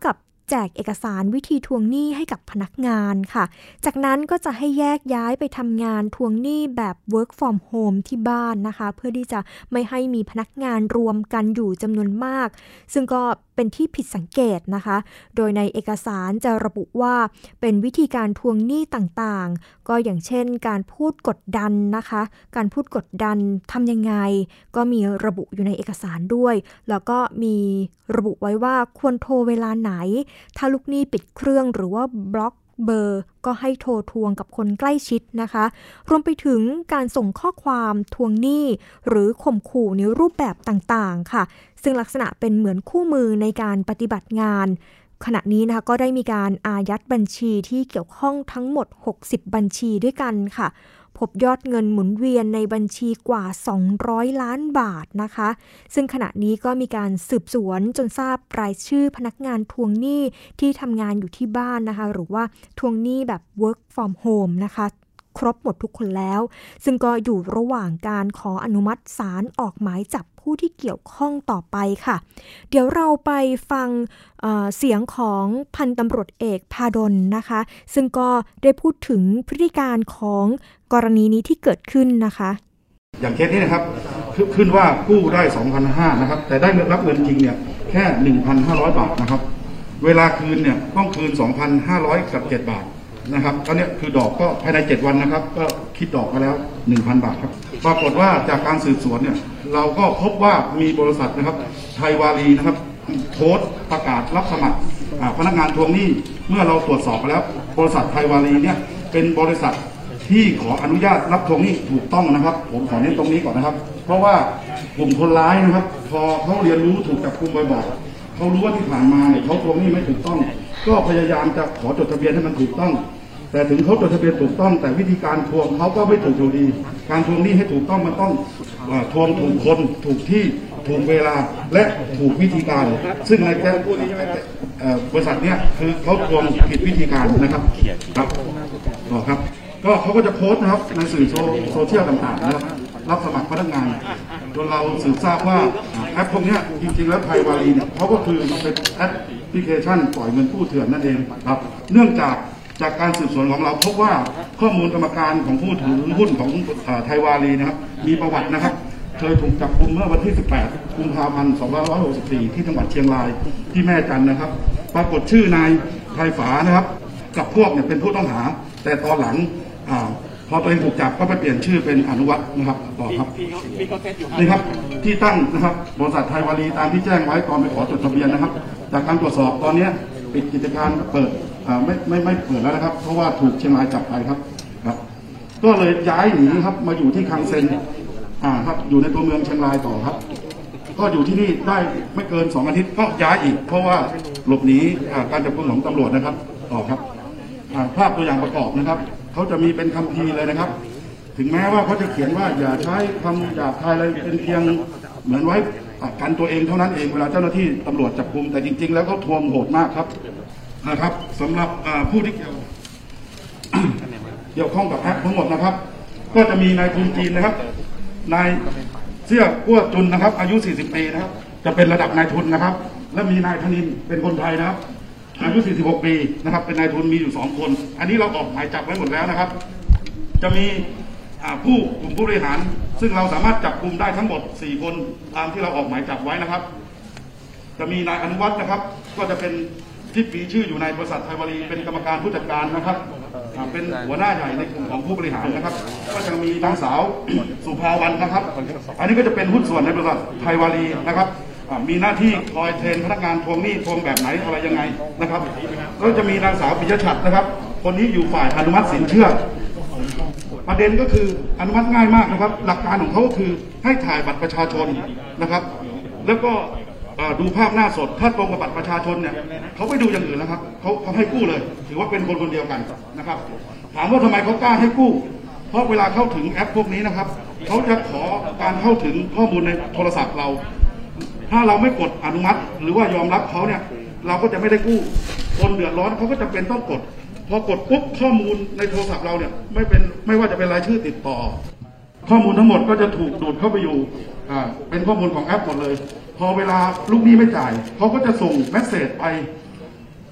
แจกเอกสารวิธีทวงหนี้ให้กับพนักงานค่ะจากนั้นก็จะให้แยกย้ายไปทำงานทวงหนี้แบบ work from home ที่บ้านนะคะเพื่อที่จะไม่ให้มีพนักงานรวมกันอยู่จำนวนมากซึ่งก็เป็นที่ผิดสังเกตนะคะโดยในเอกสารจะระบุว่าเป็นวิธีการทวงหนี้ต่างๆก็อย่างเช่นการพูดกดดันนะคะการพูดกดดันทำยังไงก็มีระบุอยู่ในเอกสารด้วยแล้วก็มีระบุไว้ว่าควรโทรเวลาไหนถ้าลูกหนี้ปิดเครื่องหรือว่าบล็อกเบอร์ก็ให้โทรทวงกับคนใกล้ชิดนะคะรวมไปถึงการส่งข้อความทวงหนี้หรือข่มขู่ในรูปแบบต่างๆค่ะซึ่งลักษณะเป็นเหมือนคู่มือในการปฏิบัติงานขณะนี้นะคะก็ได้มีการอายัดบัญชีที่เกี่ยวข้องทั้งหมดหกสิบบัญชีด้วยกันค่ะพบยอดเงินหมุนเวียนในบัญชีกว่าสองร้อยล้านบาทนะคะซึ่งขณะนี้ก็มีการสืบสวนจนทราบรายชื่อพนักงานทวงหนี้ที่ทำงานอยู่ที่บ้านนะคะหรือว่าทวงหนี้แบบ work from home นะคะครบหมดทุกคนแล้วซึ่งก็อยู่ระหว่างการขออนุมัติศาลออกหมายจับผู้ที่เกี่ยวข้องต่อไปค่ะเดี๋ยวเราไปฟัง เอ่อ เสียงของพันตำรวจเอกพาดลนะคะซึ่งก็ได้พูดถึงพฤติการของกรณีนี้ที่เกิดขึ้นนะคะอย่างเคสนี้นะครับขึ้นว่ากู้ได้ สองพันห้าร้อย นะครับแต่ได้รับเงินจริงเนี่ยแค่ หนึ่งพันห้าร้อย บาทนะครับเวลาคืนเนี่ยต้องคืน สองพันห้าร้อย กับเจ็ดบาทนะครับก็เนี่ยคือดอกก็ภายในเจ็ดวันนะครับก็คิดดอกมาแล้ว หนึ่งพัน บาทครับปรากฏว่าจากการสืบสวนเนี่ยเราก็พบว่ามีบริษัทนะครับไทยวารีนะครับโพสต์ประกาศรับสมัครพนักงานทวงหนี้เมื่อเราตรวจสอบไปแล้วบริษัทไทยวารีเนี่ยเป็นบริษัทที่ขออนุญาตรับทวงหนี้ถูกต้องนะครับผมขอเน้นตรงนี้ก่อนนะครับเพราะว่ากลุ่มคนร้ายนะครับพอเขาเรียนรู้ถูกจับกุมบ่อยๆเขารู้ว่าที่ผ่านมาเนี่ยเขาทวงหนี้ไม่ถูกต้องก็พยายามจะขอจดทะเบียนให้มันถูกต้องแต่ถึงเขาจดทะเบียนถูกต้องแต่วิธีการทวงเขาก็ไม่ถูกอยู่ดีการทวงหนี้ให้ถูกต้องมันต้องทวงถูกคนถูกที่ถูกเวลาและถูกวิธีการซึ่งในแก้บริษัทเนี้ยคือเขาทวงผิดวิธีการนะครับครับต่อครับก็เขาก็จะโพสต์นะครับในสื่อโซเชียลต่างๆนะครับรับสมัครพนักงานจนเราสืบทราบว่าแอปพวกนี้จริงๆแล้วไทยวารีเนี่ยเขาก็คือเป็นแอปพลิเคชันปล่อยเงินกู้เถื่อนนั่นเองครับเนื่องจากจากการสืบสวนของเราพบว่าข้อมูลกรรมการของผู้ถือหุ้นของไทยวารีนะครับมีประวัตินะครับเคยถูกจับกุมเมื่อวันที่สิบแปดกุมภาพันธ์สองพันห้าร้อยหกสิบสี่ที่จังหวัดเชียงรายที่แม่จันนะครับปรากฏชื่อนายไทยฝานะครับกับพวกเนี่ยเป็นผู้ต้องหาแต่ตอนหลังพอตัวเองถูกจับก็ไปเปลี่ยนชื่อเป็นอนุวัฒน์นะครับต่อครับนี่ครับที่ตั้งนะครับบริษัทไทยวารีตามที่แจ้งไว้ตอนไปขอจดทะเบียนนะครับจากการตรวจสอบตอนนี้ปิดกิจการเปิดไม่ไม่ไม่เปิดแล้วนะครับเพราะว่าถูกเชียงรายจับไปครับครับก็เลยย้ายหนีครับมาอยู่ที่คังเซ็นอ่าครับอยู่ในตัวเมืองเชียงรายต่อครับก็อยู่ที่นี่ได้ไม่เกินสองอาทิตย์ก็ย้ายอีกเพราะว่าหลบหนีการจับกุมของตำรวจนะครับต่อครับภาพตัวอย่างประกอบนะครับเขาจะมีเป็นคัมภีร์เลยนะครับถึงแม้ว่าเขาจะเขียนว่าอย่าใช้คำหยาบคายอะไรเป็นเพียงเหมือนไว้กันตัวเองเท่านั้นเองเวลาเจ้าหน้าที่ตำรวจจับกุมแต่จริงๆแล้วเขาทวงโหดมากครับนะครับสำหรับผู้ที่เกี่ยวเกี่ยวข้องกับแอปทั้งหมดนะครับก็จะมีนายทุนจีนนะครับนายเสี่ยกั้วจุนนะครับอายุสี่สิบปีนะครับจะเป็นระดับนายทุนนะครับและมีนายธนินเป็นคนไทยนะครับอายุสี่สิบหกปีนะครับเป็นนายทุนมีอยู่สองคนอันนี้เราออกหมายจับไว้หมดแล้วนะครับจะมีผู้กลุ่มผู้บริหารซึ่งเราสามารถจับกลุ่มได้ทั้งหมดสี่คนตามที่เราออกหมายจับไว้นะครับจะมีนายอนุวัฒน์นะครับก็จะเป็นที่มีชื่ออยู่ในบริษัทไทยวารีเป็นกรรมการผู้จัดการนะครับเป็นหัวหน้าใหญ่ในกลุ่มของผู้บริหารนะครับก็จะมีนางสาวสุภาวันนะครับอันนี้ก็จะเป็นหุ้นส่วนในบริษัทไทยวารีนะครับมีหน้าที่คอยเทรนพนักงานทวงหนี้ทวงแบบไหนอะไรยังไงนะครับก็จะมีนางสาวปิยชัดนะครับคนนี้อยู่ฝ่ายอนุมัติสินเชื่อประเด็นก็คืออนุมัติง่ายมากนะครับหลักการของเขาก็คือให้ถ่ายบัตรประชาชนนะครับแล้วก็ดูภาพหน้าสดถ้าตรงกับบัตรประชาชนเนี่ยเขาไม่ดูอย่างอื่นแล้วครับเขาเขาให้กู้เลยถือว่าเป็นคนคนเดียวกันนะครับถามว่าทำไมเขากล้าให้กู้เพราะเวลาเข้าถึงแอปพวกนี้นะครับเขาจะขอการเข้าถึงข้อมูลในโทรศัพท์เราถ้าเราไม่กดอนุมัติหรือว่ายอมรับเขาเนี่ยเราก็จะไม่ได้กู้คนเดือดร้อนเขาก็จะเป็นต้องกดพอกดปุ๊บข้อมูลในโทรศัพท์เราเนี่ยไม่เป็นไม่ว่าจะเป็นรายชื่อติดต่อข้อมูลทั้งหมดก็จะถูกดูดเข้าไปอยู่อ่าเป็นข้อมูลของแอปหมดเลยพอเวลาลูกหนี้ไม่จ่ายเขาก็จะส่งเมสเสจไป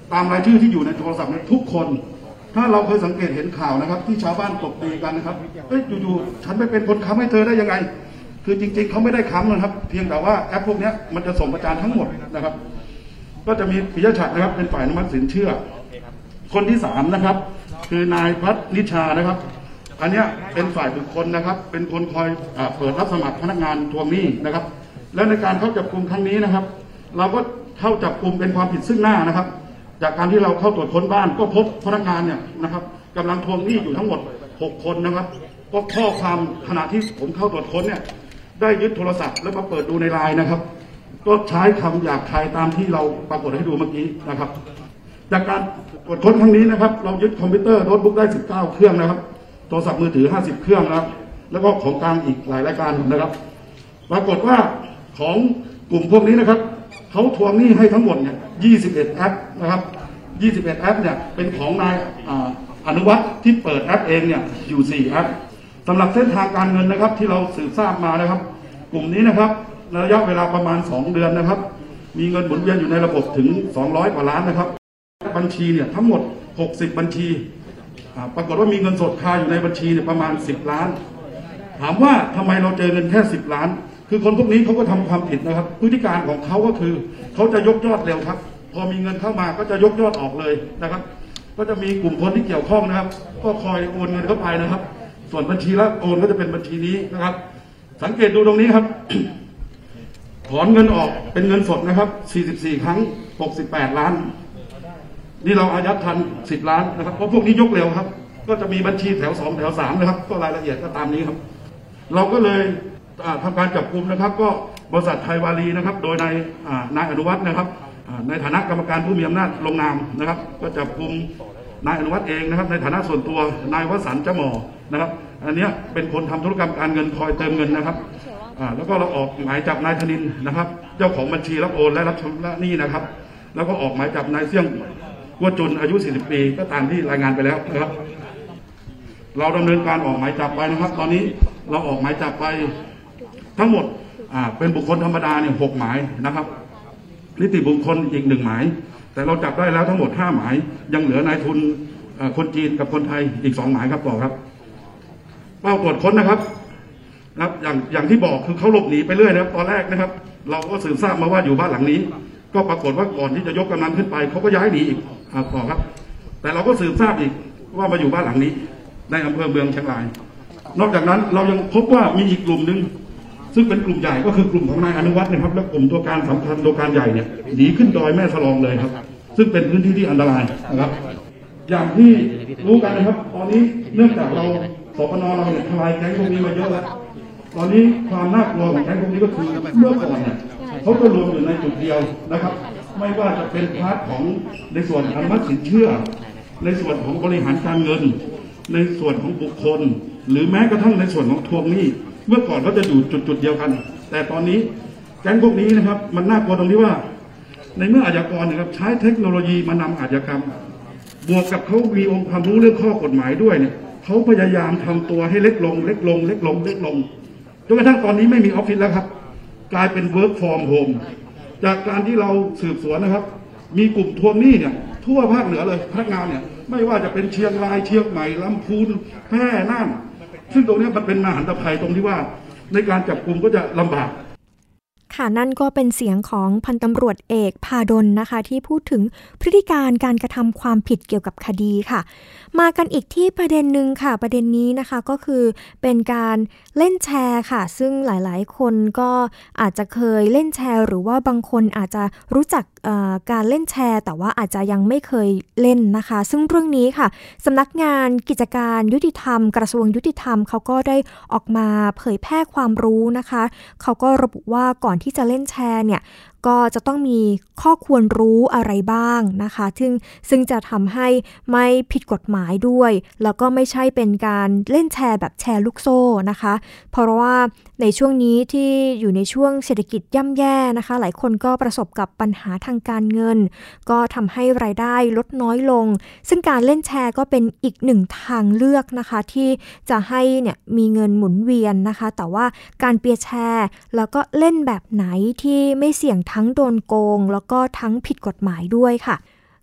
ตามรายชื่อที่อยู่ในโทรศัพท์นั้นทุกคนถ้าเราเคยสังเกตเห็นข่าวนะครับที่ชาวบ้านตบตีกันนะครับเอ้ยอยู่ๆฉันไปเป็นคนค้ำให้เธอได้ยังไงคือจริงๆเขาไม่ได้ค้ำนะครับเพียงแต่ว่าแอปพวกนี้มันจะส่งประจานทั้งหมดนะครับก็จะมีปิยฉัตรนะครับเป็นฝ่ายอนุมัติสินเชื่อคนที่สามนะครับคือนายพัฒนิชานะครับอันนี้เป็นฝ่ายบุคคลนะครับเป็นคนคอยเปิดรับสมัครพนักงานทวงหนี้นะครับแล้วในการเข้าจับกุมครั้งนี้นะครับเราก็เข้าจับกุมเป็นความผิดซึ่งหน้านะครับจากการที่เราเข้าตรวจค้นบ้านก็พบพนักงานเนี่ยนะครับกำลังทวงหนี้อยู่ทั้งหมดหกคนนะครับก็ข้อความขณะที่ผมเข้าตรวจค้นเนี่ยได้ยึดโทรศัพท์แล้วมาเปิดดูในไลน์นะครับก็ใช้คำหยาบคายตามที่เราปรากฏให้ดูเมื่อกี้นะครับจากการตรวจค้นครั้งนี้นะครับเรายึดคอมพิวเตอร์โน้ตบุ๊กได้สิบเก้าเครื่องนะครับโทรศัพท์มือถือห้าสิบเครื่องนะครับแล้วก็ของกลางอีกหลายรายการนะครับปรากฏว่าของกลุ่มพวกนี้นะครับเขาทวงหนี้ให้ทั้งหมดเนี่ยยี่สิบเอ็ดแอปนะครับยี่สิบเอ็ดแอปเนี่ยเป็นของนายอนุวัฒน์ที่เปิดแอปเองเนี่ยอยู่สี่แอปสำหรับเส้นทางการเงินนะครับที่เราสืบทราบมานะครับกลุ่มนี้นะครับระยะเวลาประมาณสองเดือนนะครับมีเงินหมุนเวียนอยู่ในระบบถึงสองร้อยกว่าล้านนะครับบัญชีเนี่ยทั้งหมดหกสิบบัญชีปรากฏว่ามีเงินสดคาอยู่ในบัญชีเนี่ยประมาณสิบล้านถามว่าทำไมเราเจอเงินแค่สิบล้านคือคนพวกนี้เขาก็ทำความผิดนะครับพฤติการของเขาก็คือเขาจะยกยอดเร็วครับพอมีเงินเข้ามาก็จะยกยอดออกเลยนะครับก็จะมีกลุ่มคนที่เกี่ยวข้องนะครับก็คอยโอนเงินเข้าไปนะครับส่วนบัญชีละโอนก็จะเป็นบัญชีนี้นะครับสังเกตดูตรงนี้ครับ ถอนเงินออกเป็นเงินสดนะครับสี่สิบสี่ครั้งหกสิบแปดล้านนี่เราอายัดทันสิบล้านนะครับเพราะพวกนี้ยกเร็วครับก็จะมีบัญชีแถวสองแถวสามนะครับก็รายละเอียดก็ตามนี้ครับเราก็เลยทำการจับกุมนะครับก็บริษัทไทยวารีนะครับโดยนายนายอนุวัฒน์นะครับในฐานะกรรมการผู้มีอำนาจลงนามนะครับก็จับกุมนายอนุวัฒน์เองนะครับในฐานะส่วนตัวนายวสันต์จมอนะครับอันนี้เป็นคนทำธุรกรรมการเงินคอยเติมเงินนะครับแล้วก็เราออกหมายจับนายธนินนะครับเจ้าของบัญชีรับโอนและรับชำระหนี้นะครับแล้วก็ออกหมายจับนายเสี่ยงกัวจุนอายุสี่สิบปีก็ตามที่รายงานไปแล้วนะครับเราดำเนินการออกหมายจับไปนะครับตอนนี้เราออกหมายจับไปทั้งหมดเป็นบุคคลธรรมดาเนี่ยหกหมายนะครับนิติบุคคลอีกหนึ่งหมายแต่เราจับได้แล้วทั้งหมดห้าหมายยังเหลือนายทุนคนจีนกับคนไทยอีกสองหมายครับต่อครับเป้าตรวจค้นนะครับนะครับอย่างอย่างที่บอกคือเขาหลบหนีไปเรื่อยนะครับตอนแรกนะครับเราก็สืบทราบมาว่าอยู่บ้านหลังนี้ก็ปรากฏว่าก่อนที่จะยกกำนันขึ้นไปเขาก็ย้ายหนีอีกต่อครับแต่เราก็สืบทราบอีกว่ามาอยู่บ้านหลังนี้ในอำเภอเมืองเชียงรายนอกจากนั้นเรายังพบว่ามีอีกกลุ่มหนึ่งซึ่งเป็นกลุ่มใหญ่ก็คือกลุ่มของนายอนุวัฒน์นะครับและกลุ่มตัวการสำคัญตัวการใหญ่เนี่ยหนีขึ้นดอยแม่สลองเลยครับซึ่งเป็นพื้นที่ที่อันตรายนะครับอย่างที่รู้กันนะครับตอนนี้เนื่องจากเราสปนเราเนี่ยทลายแก๊งพวกนี้มาเยอะแล้วตอนนี้ความน่ากลัวของแก๊งพวกนี้ก็คือเมื่อก่อนเนี่ยเขาจะรวมอยู่ในจุดเดียวนะครับไม่ว่าจะเป็นพาร์ทของในส่วนอนุมัติสินเชื่อในส่วนของบริหารการเงินในส่วนของบุคคลหรือแม้กระทั่งในส่วนของทวงหนี้เมื่อก่อนเขาจะอยู่จุดจุดเดียวกันแต่ตอนนี้แก๊งพวกนี้นะครับมันน่ากลัวตรงที่ว่าในเมื่ออาชญากรนะครับใช้เทคโนโลยีมานำอาชญากรรมบวกกับเขามีองค์ความรู้เรื่องข้อกฎหมายด้วยเนี่ยเขาพยายามทำตัวให้เล็กลงเล็กลงเล็กลงเล็กลงจนกระทั่งตอนนี้ไม่มีออฟฟิศแล้วครับกลายเป็น work from home จากการที่เราสืบสวนนะครับมีกลุ่มทวงหนี้เนี่ยทั่วภาคเหนือเลยพนักงานเนี่ยไม่ว่าจะเป็นเชียงรายเชียงใหม่ลำพูนแพร่น่านซึ่งตรงนี้มันเป็นมหันตภัยตรงที่ว่าในการจับกุมก็จะลำบากค่ะนั่นก็เป็นเสียงของพันตำรวจเอกพาดลนะคะที่พูดถึงพฤติการการกระทำความผิดเกี่ยวกับคดีค่ะมากันอีกที่ประเด็นหนึ่งค่ะประเด็นนี้นะคะก็คือเป็นการเล่นแชร์ค่ะซึ่งหลายๆคนก็อาจจะเคยเล่นแชร์หรือว่าบางคนอาจจะรู้จักการเล่นแชร์แต่ว่าอาจจะยังไม่เคยเล่นนะคะซึ่งเรื่องนี้ค่ะสำนักงานกิจการยุติธรรมกระทรวงยุติธรรมเขาก็ได้ออกมาเผยแพร่ความรู้นะคะเขาก็ระบุว่าก่อนที่จะเล่นแชร์เนี่ยก็จะต้องมีข้อควรรู้อะไรบ้างนะคะซึ่งซึ่งจะทำให้ไม่ผิดกฎหมายด้วยแล้วก็ไม่ใช่เป็นการเล่นแชร์แบบแชร์ลูกโซ่นะคะเพราะว่าในช่วงนี้ที่อยู่ในช่วงเศรษฐกิจย่ำแย่นะคะหลายคนก็ประสบกับปัญหาทางการเงินก็ทำให้รายได้ลดน้อยลงซึ่งการเล่นแชร์ก็เป็นอีกหนึ่งทางเลือกนะคะที่จะให้เนี่ยมีเงินหมุนเวียนนะคะแต่ว่าการเปียร์แชร์แล้วก็เล่นแบบไหนที่ไม่เสี่ยงทั้งโดนโกงแล้วก็ทั้งผิดกฎหมายด้วยค่ะ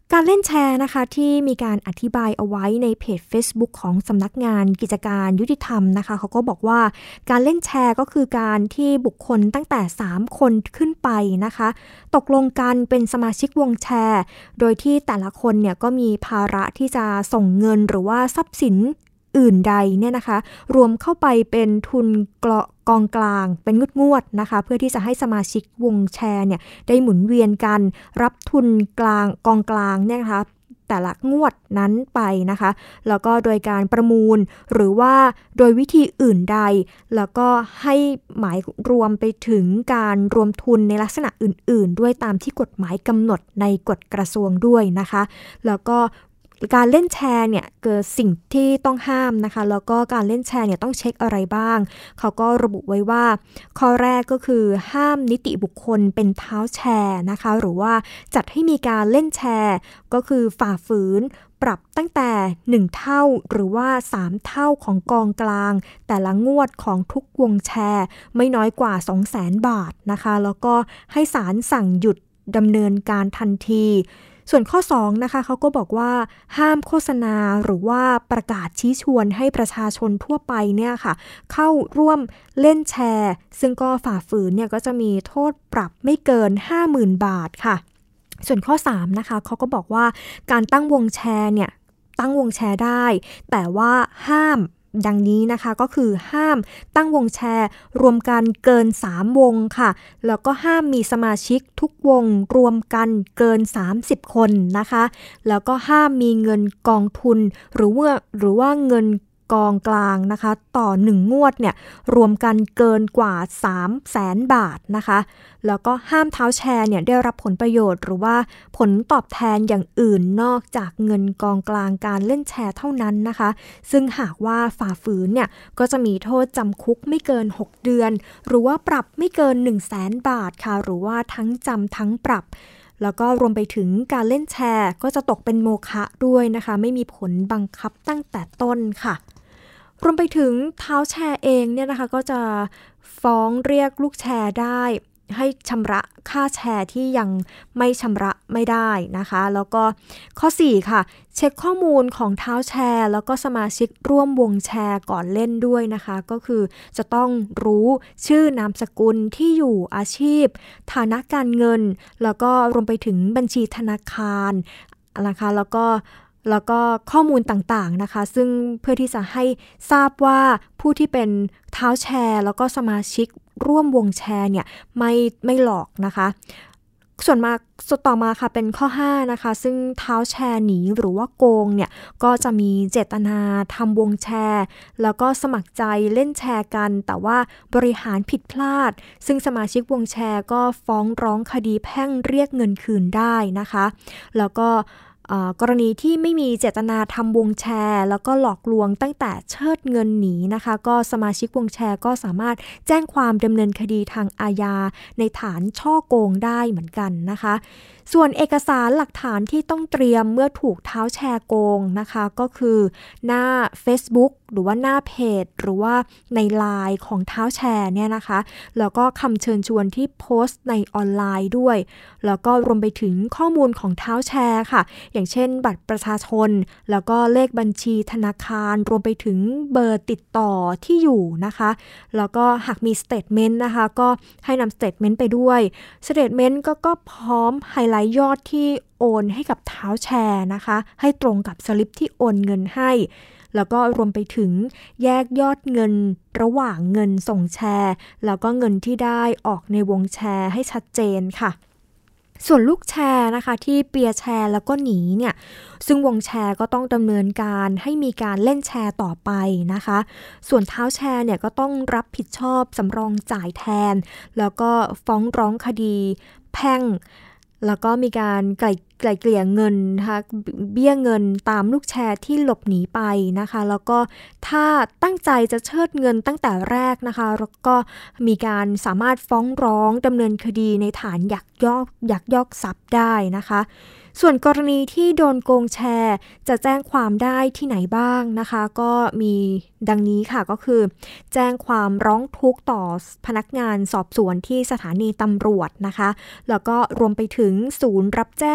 การเล่นแชร์นะคะที่มีการอธิบายเอาไว้ในเพจ Facebook ของสำนักงานกิจการยุติธรรมนะคะเขาก็บอกว่าการเล่นแชร์ก็คือการที่บุคคลตั้งแต่สามคนขึ้นไปนะคะตกลงกันเป็นสมาชิกวงแชร์โดยที่แต่ละคนเนี่ยก็มีภาระที่จะส่งเงินหรือว่าทรัพย์สินอื่นใดเนี่ยนะคะรวมเข้าไปเป็นทุนกองกลางเป็นงวดๆนะคะเพื่อที่จะให้สมาชิกวงแชร์เนี่ยได้หมุนเวียนกันรับทุนกลางกองกลางเนี่ยนะคะแต่ละงวดนั้นไปนะคะแล้วก็โดยการประมูลหรือว่าโดยวิธีอื่นใดแล้วก็ให้หมายรวมไปถึงการรวมทุนในลักษณะอื่นๆด้วยตามที่กฎหมายกำหนดในกฎกระทรวงด้วยนะคะแล้วก็การเล่นแชร์เนี่ยเกิดสิ่งที่ต้องห้ามนะคะแล้วก็การเล่นแชร์เนี่ยต้องเช็คอะไรบ้างเขาก็ระบุไว้ว่าข้อแรกก็คือห้ามนิติบุคคลเป็นเท้าแชร์นะคะหรือว่าจัดให้มีการเล่นแชร์ก็คือฝ่าฝืนปรับตั้งแต่หนึ่งเท่าหรือว่าสามเท่าของกองกลางแต่ละงวดของทุกวงแชร์ไม่น้อยกว่า สองแสน บาทนะคะแล้วก็ให้ศาลสั่งหยุดดำเนินการทันทีส่วนข้อสองนะคะเขาก็บอกว่าห้ามโฆษณาหรือว่าประกาศชี้ชวนให้ประชาชนทั่วไปเนี่ยค่ะเข้าร่วมเล่นแชร์ซึ่งก็ฝ่าฝืนเนี่ยก็จะมีโทษปรับไม่เกิน ห้าหมื่น บาทค่ะส่วนข้อสามนะคะเขาก็บอกว่าการตั้งวงแชร์เนี่ยตั้งวงแชร์ได้แต่ว่าห้ามดังนี้นะคะก็คือห้ามตั้งวงแชร์รวมกันเกินสามวงค่ะแล้วก็ห้ามมีสมาชิกทุกวงรวมกันเกินสามสิบคนนะคะแล้วก็ห้ามมีเงินกองทุนหรือว่าหรือว่าเงินกองกลางนะคะต่อหนึ่งงวดเนี่ยรวมกันเกินกว่า สามแสน บาทนะคะแล้วก็ห้ามเท้าแชร์เนี่ยได้รับผลประโยชน์หรือว่าผลตอบแทนอย่างอื่นนอกจากเงินกองกลางการเล่นแชร์เท่านั้นนะคะซึ่งหากว่าฝ่าฝืนเนี่ยก็จะมีโทษจำคุกไม่เกินหกเดือนหรือว่าปรับไม่เกิน หนึ่งแสน บาทค่ะหรือว่าทั้งจำทั้งปรับแล้วก็รวมไปถึงการเล่นแชร์ก็จะตกเป็นโมฆะด้วยนะคะไม่มีผลบังคับตั้งแต่ต้นค่ะรวมไปถึงเท้าแชร์เองเนี่ยนะคะก็จะฟ้องเรียกลูกแชร์ได้ให้ชำระค่าแชร์ที่ยังไม่ชำระไม่ได้นะคะแล้วก็ข้อสี่ค่ะเช็คข้อมูลของเท้าแชร์แล้วก็สมาชิกร่วมวงแชร์ก่อนเล่นด้วยนะคะก็คือจะต้องรู้ชื่อนามสกุลที่อยู่อาชีพฐานะการเงินแล้วก็รวมไปถึงบัญชีธนาคารนะคะแล้วก็แล้วก็ข้อมูลต่างๆนะคะซึ่งเพื่อที่จะให้ทราบว่าผู้ที่เป็นเท้าแชร์แล้วก็สมาชิกร่วมวงแชร์เนี่ยไม่ไม่หลอกนะคะส่วนมาสุดต่อมาค่ะเป็นข้อห้านะคะซึ่งเท้าแชร์หนีหรือว่าโกงเนี่ยก็จะมีเจตนาทำวงแชร์แล้วก็สมัครใจเล่นแชร์กันแต่ว่าบริหารผิดพลาดซึ่งสมาชิกวงแชร์ก็ฟ้องร้องคดีแพ่งเรียกเงินคืนได้นะคะแล้วก็กรณีที่ไม่มีเจตนาทำวงแชร์แล้วก็หลอกลวงตั้งแต่เชิดเงินหนีนะคะก็สมาชิกวงแชร์ก็สามารถแจ้งความดำเนินคดีทางอาญาในฐานช่อโกงได้เหมือนกันนะคะส่วนเอกสารหลักฐานที่ต้องเตรียมเมื่อถูกเท้าแชร์โกงนะคะก็คือหน้า Facebook หรือว่าหน้าเพจหรือว่าใน ไลน์ ของเท้าแชร์เนี่ยนะคะแล้วก็คำเชิญชวนที่โพสต์ในออนไลน์ด้วยแล้วก็รวมไปถึงข้อมูลของเท้าแชร์ค่ะอย่างเช่นบัตรประชาชนแล้วก็เลขบัญชีธนาคารรวมไปถึงเบอร์ติดต่อที่อยู่นะคะแล้วก็หากมีสเตทเมนต์นะคะก็ให้นำสเตทเมนต์ไปด้วยสเตทเมนต์ก็ก็พร้อมไฮไลท์ยอดที่โอนให้กับเท้าแชร์นะคะให้ตรงกับสลิปที่โอนเงินให้แล้วก็รวมไปถึงแยกยอดเงินระหว่างเงินส่งแชร์แล้วก็เงินที่ได้ออกในวงแชร์ให้ชัดเจนค่ะส่วนลูกแชร์นะคะที่เปียร์แชร์แล้วก็หนีเนี่ยซึ่งวงแชร์ก็ต้องดำเนินการให้มีการเล่นแชร์ต่อไปนะคะส่วนเท้าแชร์เนี่ยก็ต้องรับผิดชอบสำรองจ่ายแทนแล้วก็ฟ้องร้องคดีแพ่งแล้วก็มีการไกล่ไกล่เกลี่ยเงินนะคะเบี้ยเงินตามลูกแชร์ที่หลบหนีไปนะคะแล้วก็ถ้าตั้งใจจะเชิดเงินตั้งแต่แรกนะคะแล้วก็มีการสามารถฟ้องร้องดำเนินคดีในฐานยักยอกยักยอกทรัพย์ได้นะคะส่วนกรณีที่โดนโกงแชร์จะแจ้งความได้ที่ไหนบ้างนะคะก็มีดังนี้ค่ะก็คือแจ้งความร้องทุกข์ต่อพนักงานสอบสวนที่สถานีตำรวจนะคะแล้วก็รวมไปถึงศูนย์รับแจ้ง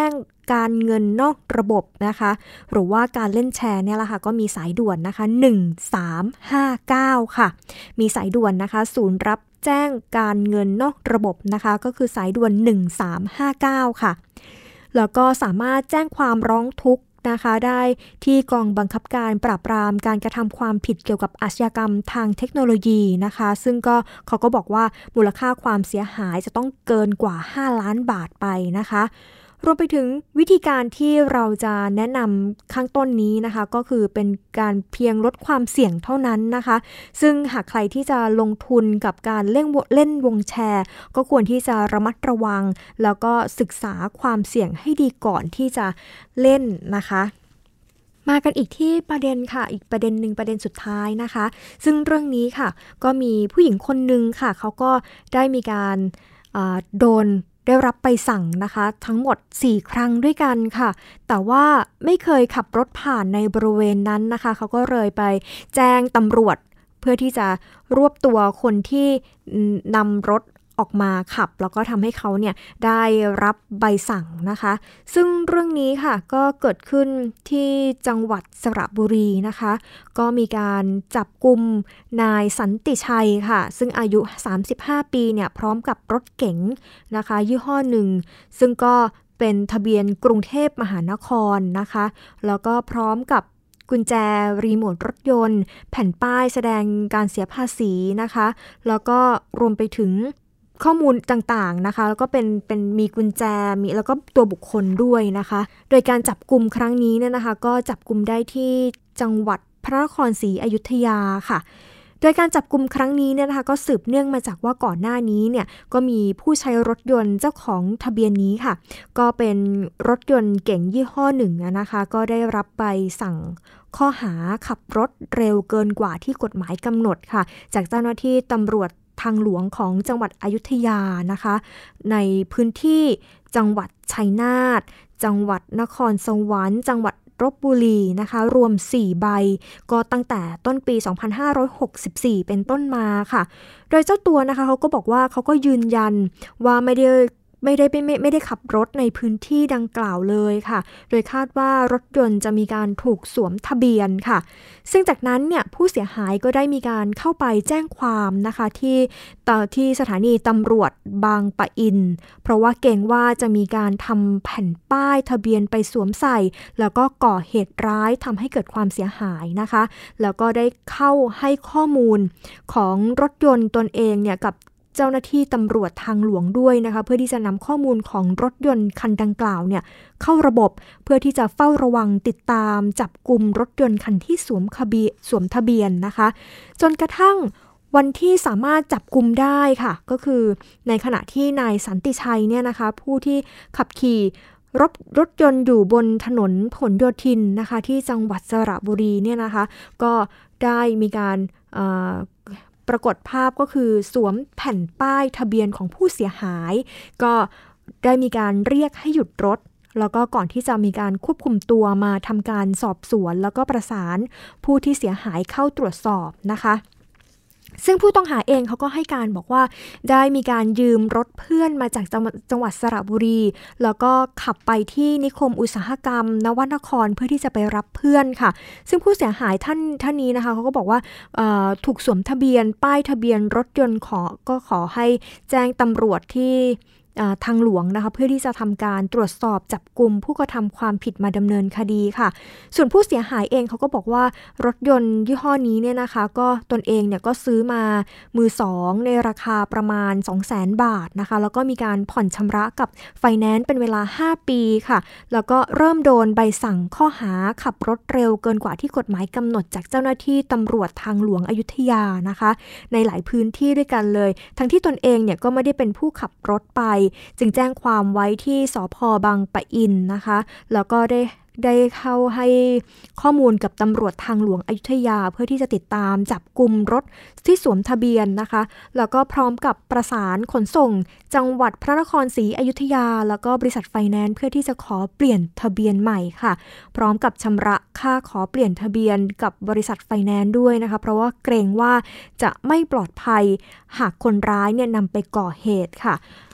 การเงินนอกระบบนะคะหรือว่าการเล่นแชร์เนี่ยแหละค่ะก็มีสายด่วนนะคะหนึ่งสามห้าเก้าค่ะมีสายด่วนนะคะศูนย์รับแจ้งการเงินนอกระบบนะคะก็คือสายด่วนหนึ่งสามห้าเก้าค่ะแล้วก็สามารถแจ้งความร้องทุกข์นะคะได้ที่กองบังคับการปราบปรามการกระทำความผิดเกี่ยวกับอาชญากรรมทางเทคโนโลยีนะคะซึ่งก็เขาก็บอกว่ามูลค่าความเสียหายจะต้องเกินกว่าห้าล้านบาทไปนะคะรวมไปถึงวิธีการที่เราจะแนะนำข้างต้นนี้นะคะก็คือเป็นการเพียงลดความเสี่ยงเท่านั้นนะคะซึ่งหากใครที่จะลงทุนกับการเล่นเล่นวงแชร์ก็ควรที่จะระมัดระวังแล้วก็ศึกษาความเสี่ยงให้ดีก่อนที่จะเล่นนะคะมากันอีกที่ประเด็นค่ะอีกประเด็นหนึ่งประเด็นสุดท้ายนะคะซึ่งเรื่องนี้ค่ะก็มีผู้หญิงคนนึงค่ะเขาก็ได้มีการโดนได้รับใบสั่งนะคะทั้งหมดสี่ครั้งด้วยกันค่ะแต่ว่าไม่เคยขับรถผ่านในบริเวณนั้นนะคะเขาก็เลยไปแจ้งตำรวจเพื่อที่จะรวบตัวคนที่นำรถออกมาขับแล้วก็ทำให้เขาเนี่ยได้รับใบสั่งนะคะซึ่งเรื่องนี้ค่ะก็เกิดขึ้นที่จังหวัดสระบุรีนะคะก็มีการจับกุมนายสันติชัยค่ะซึ่งอายุสามสิบห้าปีเนี่ยพร้อมกับรถเก๋งนะคะยี่ห้อหนึ่งซึ่งก็เป็นทะเบียนกรุงเทพมหานครนะคะแล้วก็พร้อมกับกุญแจรีโมทรถยนต์แผ่นป้ายแสดงการเสียภาษีนะคะแล้วก็รวมไปถึงข้อมูลต่างๆนะคะแล้วก็เป็นเป็นมีกุญแจมีแล้วก็ตัวบุคคลด้วยนะคะโดยการจับกุมครั้งนี้เนี่ยนะคะก็จับกุมได้ที่จังหวัดพระนครศรีอยุธยาค่ะโดยการจับกุมครั้งนี้เนี่ยนะคะก็สืบเนื่องมาจากว่าก่อนหน้านี้เนี่ยก็มีผู้ใช้รถยนต์เจ้าของทะเบียนนี้ค่ะก็เป็นรถยนต์เก๋งยี่ห้อหนึ่งนะคะก็ได้รับใบสั่งข้อหาขับรถเร็วเกินกว่าที่กฎหมายกำหนดค่ะจากเจ้าหน้าที่ตำรวจทางหลวงของจังหวัดอยุธยานะคะในพื้นที่จังหวัดชัยนาทจังหวัดนครสวรรค์จังหวัดลพบุรีนะคะรวมสี่ใบก็ตั้งแต่ต้นปีสองพันห้าร้อยหกสิบสี่เป็นต้นมาค่ะโดยเจ้าตัวนะคะเขาก็บอกว่าเขาก็ยืนยันว่าไม่ได้ไม่ได้ไม่ไม่ได้ขับรถในพื้นที่ดังกล่าวเลยค่ะโดยคาดว่ารถยนต์จะมีการถูกสวมทะเบียนค่ะซึ่งจากนั้นเนี่ยผู้เสียหายก็ได้มีการเข้าไปแจ้งความนะคะที่ต่อที่สถานีตำรวจบางปะอินเพราะว่าเกรงว่าจะมีการทำแผ่นป้ายทะเบียนไปสวมใส่แล้วก็ก่อเหตุร้ายทำให้เกิดความเสียหายนะคะแล้วก็ได้เข้าให้ข้อมูลของรถยนต์ตนเองเนี่ยกับเจ้าหน้าที่ตำรวจทางหลวงด้วยนะคะเพื่อที่จะนำข้อมูลของรถยนต์คันดังกล่าวเนี่ยเข้าระบบเพื่อที่จะเฝ้าระวังติดตามจับกุมรถยนต์คันที่สวมทะเบียนสวมทะเบียนนะคะจนกระทั่งวันที่สามารถจับกุมได้ค่ะก็คือในขณะที่นายสันติชัยเนี่ยนะคะผู้ที่ขับขี่รถรถยนต์อยู่บนถนนผลโยธินนะคะที่จังหวัดสระบุรีเนี่ยนะคะก็ได้มีการปรากฏภาพก็คือสวมแผ่นป้ายทะเบียนของผู้เสียหายก็ได้มีการเรียกให้หยุดรถแล้วก็ก่อนที่จะมีการควบคุมตัวมาทำการสอบสวนแล้วก็ประสานผู้ที่เสียหายเข้าตรวจสอบนะคะซึ่งผู้ต้องหาเองเขาก็ให้การบอกว่าได้มีการยืมรถเพื่อนมาจากจังหวัดสระบุรีแล้วก็ขับไปที่นิคมอุตสาหกรรมนวนครเพื่อที่จะไปรับเพื่อนค่ะซึ่งผู้เสียหายท่านท่านนี้นะคะเขาก็บอกว่าถูกสวมทะเบียนป้ายทะเบียนรถยนต์ขอก็ขอให้แจ้งตำรวจที่ทางหลวงนะคะเพื่อที่จะทำการตรวจสอบจับกุมผู้กระทำความผิดมาดำเนินคดีค่ะส่วนผู้เสียหายเองเขาก็บอกว่ารถยนต์ยี่ห้อนี้เนี่ยนะคะก็ตนเองเนี่ยก็ซื้อมามือสองในราคาประมาณ สองแสน บาทนะคะแล้วก็มีการผ่อนชำระกับไฟแนนซ์เป็นเวลาห้าปีค่ะแล้วก็เริ่มโดนใบสั่งข้อหาขับรถเร็วเกินกว่าที่กฎหมายกำหนดจากเจ้าหน้าที่ตำรวจทางหลวงอยุธยานะคะในหลายพื้นที่ด้วยกันเลยทั้งที่ตนเองเนี่ยก็ไม่ได้เป็นผู้ขับรถไปจึงแจ้งความไว้ที่สภ.บางปะอินนะคะแล้วก็ได้ได้เข้าให้ข้อมูลกับตำรวจทางหลวงอยุธยาเพื่อที่จะติดตามจับกุมรถที่สวมทะเบียนนะคะแล้วก็พร้อมกับประสานขนส่งจังหวัดพระนครศรีอยุธยาแล้วก็บริษัทไฟแนนซ์เพื่อที่จะขอเปลี่ยนทะเบียนใหม่ค่ะพร้อมกับชำระค่าขอเปลี่ยนทะเบียนกับบริษัทไฟแนนซ์ด้วยนะคะเพราะว่าเกรงว่าจะไม่ปลอดภัยหากคนร้ายเนี่ยนำไปก่อเหตุค่ะ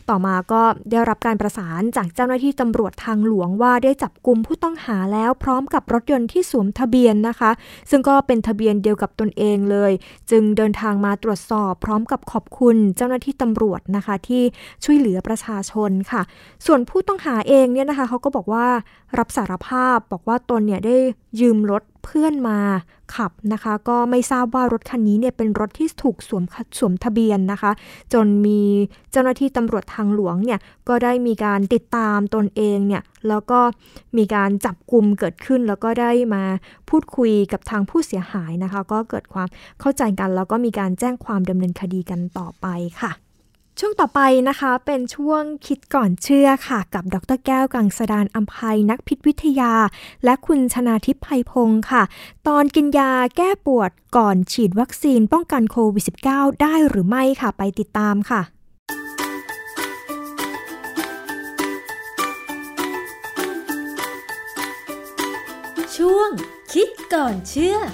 ต่อมาก็ได้รับการประสานจากเจ้าหน้าที่ตำรวจทางหลวงว่าได้จับกุมผู้ต้องหาแล้วพร้อมกับรถยนต์ที่สวมทะเบียนนะคะซึ่งก็เป็นทะเบียนเดียวกับตนเองเลยจึงเดินทางมาตรวจสอบพร้อมกับขอบคุณเจ้าหน้าที่ตำรวจนะคะที่ช่วยเหลือประชาชนค่ะส่วนผู้ต้องหาเองเนี่ยนะคะเขาก็บอกว่ารับสารภาพบอกว่าตนเนี่ยได้ยืมรถเพื่อนมาขับนะคะก็ไม่ทราบว่ารถคันนี้เนี่ยเป็นรถที่ถูกสวมสวมทะเบียนนะคะจนมีเจ้าหน้าที่ตำรวจทางหลวงเนี่ยก็ได้มีการติดตามตนเองเนี่ยแล้วก็มีการจับกุมเกิดขึ้นแล้วก็ได้มาพูดคุยกับทางผู้เสียหายนะคะก็เกิดความเข้าใจกันแล้วก็มีการแจ้งความดำเนินคดีกันต่อไปค่ะช่วงต่อไปนะคะเป็นช่วงคิดก่อนเชื่อค่ะกับดร.แก้วกังสดาลอำไพนักพิษวิทยาและคุณชนาทิพย์ไพพงศ์ค่ะตอนกินยาแก้ปวดก่อนฉีดวัคซีนป้องกันโควิด สิบเก้า ได้หรือไม่ค่ะไปติดตามค่ะช่วงคิดก่อนเชื่อ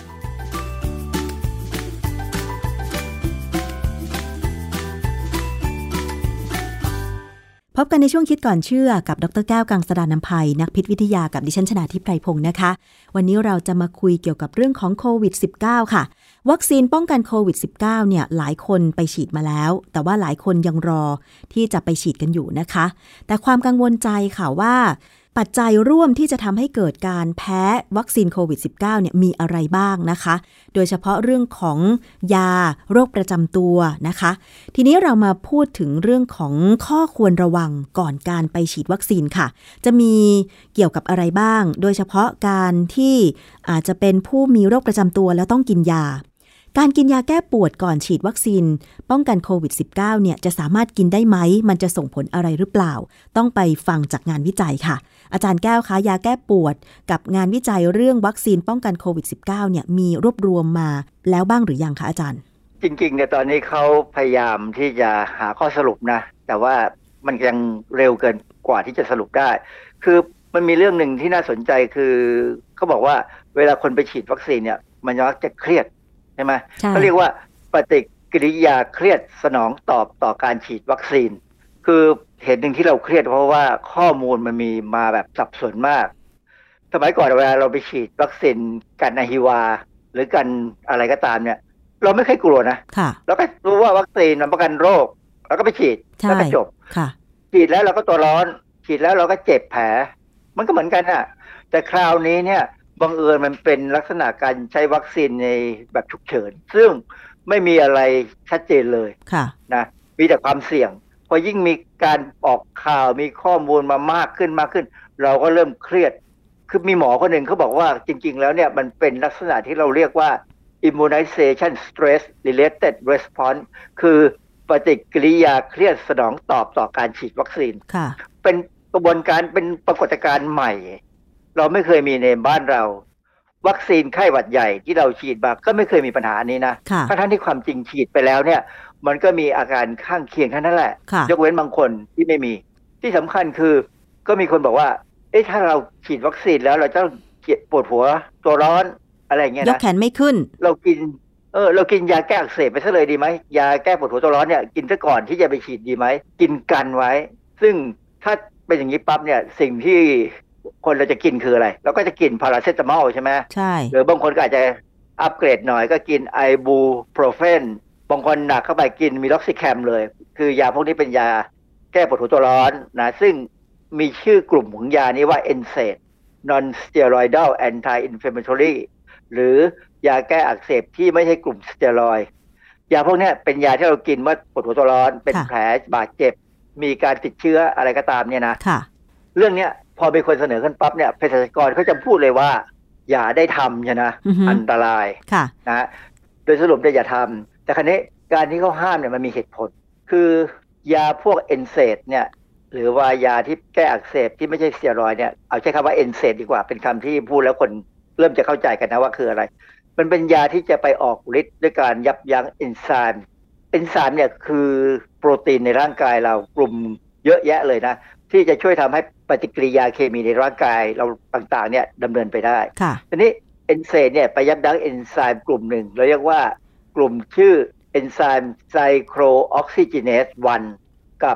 พบกันในช่วงคิดก่อนเชื่อกับดร.แก้วกังสดาลอำไพนักพิษวิทยากับดิฉันชนาทิพย์ไพพงศ์นะคะวันนี้เราจะมาคุยเกี่ยวกับเรื่องของโควิด สิบเก้า ค่ะวัคซีนป้องกันโควิด สิบเก้า เนี่ยหลายคนไปฉีดมาแล้วแต่ว่าหลายคนยังรอที่จะไปฉีดกันอยู่นะคะแต่ความกังวลใจค่ะว่าปัจจัยร่วมที่จะทำให้เกิดการแพ้วัคซีนโควิด สิบเก้า เนี่ยมีอะไรบ้างนะคะโดยเฉพาะเรื่องของยาโรคประจำตัวนะคะทีนี้เรามาพูดถึงเรื่องของข้อควรระวังก่อนการไปฉีดวัคซีนค่ะจะมีเกี่ยวกับอะไรบ้างโดยเฉพาะการที่อาจจะเป็นผู้มีโรคประจำตัวแล้วต้องกินยาการกินยาแก้ปวดก่อนฉีดวัคซีนป้องกันโควิด สิบเก้า เนี่ยจะสามารถกินได้ไหมมันจะส่งผลอะไรหรือเปล่าต้องไปฟังจากงานวิจัยค่ะอาจารย์แก้วคะยาแก้ปวดกับงานวิจัยเรื่องวัคซีนป้องกันโควิด สิบเก้า เนี่ยมีรวบรวมมาแล้วบ้างหรือยังคะอาจารย์จริงๆเนี่ยตอนนี้เขาพยายามที่จะหาข้อสรุปนะแต่ว่ามันยังเร็วเกินกว่าที่จะสรุปได้คือมันมีเรื่องหนึ่งที่น่าสนใจคือเขาบอกว่าเวลาคนไปฉีดวัคซีนเนี่ยมันมักจะเครียดใช่ไหมเขาเรียกว่าปฏิกิริยาเครียดสนองตอบต่อการฉีดวัคซีนคือเหตุหนึ่งที่เราเครียดเพราะว่าข้อมูลมันมีมาแบบสับสนมากสมัยก่อนเวลาเราไปฉีดวัคซีนกันอะฮิวาหรือกันอะไรก็ตามเนี่ยเราไม่เคยกลัวนะเราก็รู้ว่าวัคซีนมันป้องกันโรคเราก็ไปฉีดแล้วก็จบฉีดแล้วเราก็ตัวร้อนฉีดแล้วเราก็เจ็บแผลมันก็เหมือนกันน่ะแต่คราวนี้เนี่ยบังเอิญมันเป็นลักษณะการใช้วัคซีนในแบบฉุกเฉินซึ่งไม่มีอะไรชัดเจนเลยนะมีแต่ความเสี่ยงพอยิ่งมีการออกข่าวมีข้อมูลมามากขึ้นมากขึ้นเราก็เริ่มเครียดคือมีหมอคนหนึ่งเขาบอกว่าจริงๆแล้วเนี่ยมันเป็นลักษณะที่เราเรียกว่า immunization stress related response คือปฏิกิริยาเครียดสนองตอบต่อการฉีดวัคซีนเป็นกระบวนการเป็นปรากฏการณ์ใหม่เราไม่เคยมีในบ้านเราวัคซีนไข้หวัดใหญ่ที่เราฉีดมาก็ไม่เคยมีปัญหานี้นะทั้งที่ความจริงฉีดไปแล้วเนี่ยมันก็มีอาการข้างเคียงแค่นั้นแหละยกเว้นบางคนที่ไม่มีที่สำคัญคือก็มีคนบอกว่าเอ๊ะถ้าเราฉีดวัคซีนแล้วเราจะปวดหัวตัวร้อนอะไรเงี้ยนะยกแขนไม่ขึ้นเรากินเออเรากินยาแก้อักเสบไปซะเลยดีไหมยาแก้ปวดหัวตัวร้อนเนี่ยกินซะก่อนที่จะไปฉีดดีไหมกินกันไว้ซึ่งถ้าเป็นอย่างนี้ปั๊บเนี่ยสิ่งที่คนเราจะกินคืออะไรเราก็จะกินพาราเซตามอลใช่ไหมใช่หรือบางคนก็อาจจะอัปเกรดหน่อยก็กินไอบูโปรเฟนบางคนหนักเข้าไปกินมีล็อกซิแคมเลยคือยาพวกนี้เป็นยาแก้ปวดหัวตัวร้อนนะซึ่งมีชื่อกลุ่มของยานี้ว่า เอ็น เซด Non-steroidal Anti-inflammatory หรือยาแก้อักเสบที่ไม่ใช่กลุ่มสเตียรอยด์ยาพวกนี้เป็นยาที่เรากินเมื่อปวดหัวตัวร้อนเป็นแผลบาดเจ็บมีการติดเชื้ออะไรก็ตามเนี่ยนะเรื่องนี้พอมีคนเสนอขึ้นปั๊บเนี่ยเภสัชกรเขาจะพูดเลยว่าอย่าได้ทำใช่นะ uh-huh. อันตรายนะโดยสรุปได้อย่าทำแต่ครั้นี้การที่เขาห้ามเนี่ยมันมีเหตุผลคือยาพวกเอนเซดเนี่ยหรือว่ายาที่แก้อักเสบที่ไม่ใช่สเตียรอยด์เนี่ยเอาใช้คำว่าเอนเซดดีกว่าเป็นคำที่พูดแล้วคนเริ่มจะเข้าใจกันนะว่าคืออะไรมันเป็นยาที่จะไปออกฤทธิ์ด้วยการยับยั้งเอนไซม์เอนไซม์เนี่ยคือโปรตีนในร่างกายเรากลุ่มเยอะแยะเลยนะที่จะช่วยทำให้ปฏิกิริยาเคมีในร่างกายเราต่างๆเนี่ยดำเนินไปได้ทีนี้เอนเซดเนี่ยไปยับยั้งเอนไซม์กลุ่มหนึ่งเราเรียกว่ากลุ่มชื่อเอนไซม์ไซโครออกซิเจเนสวันกับไ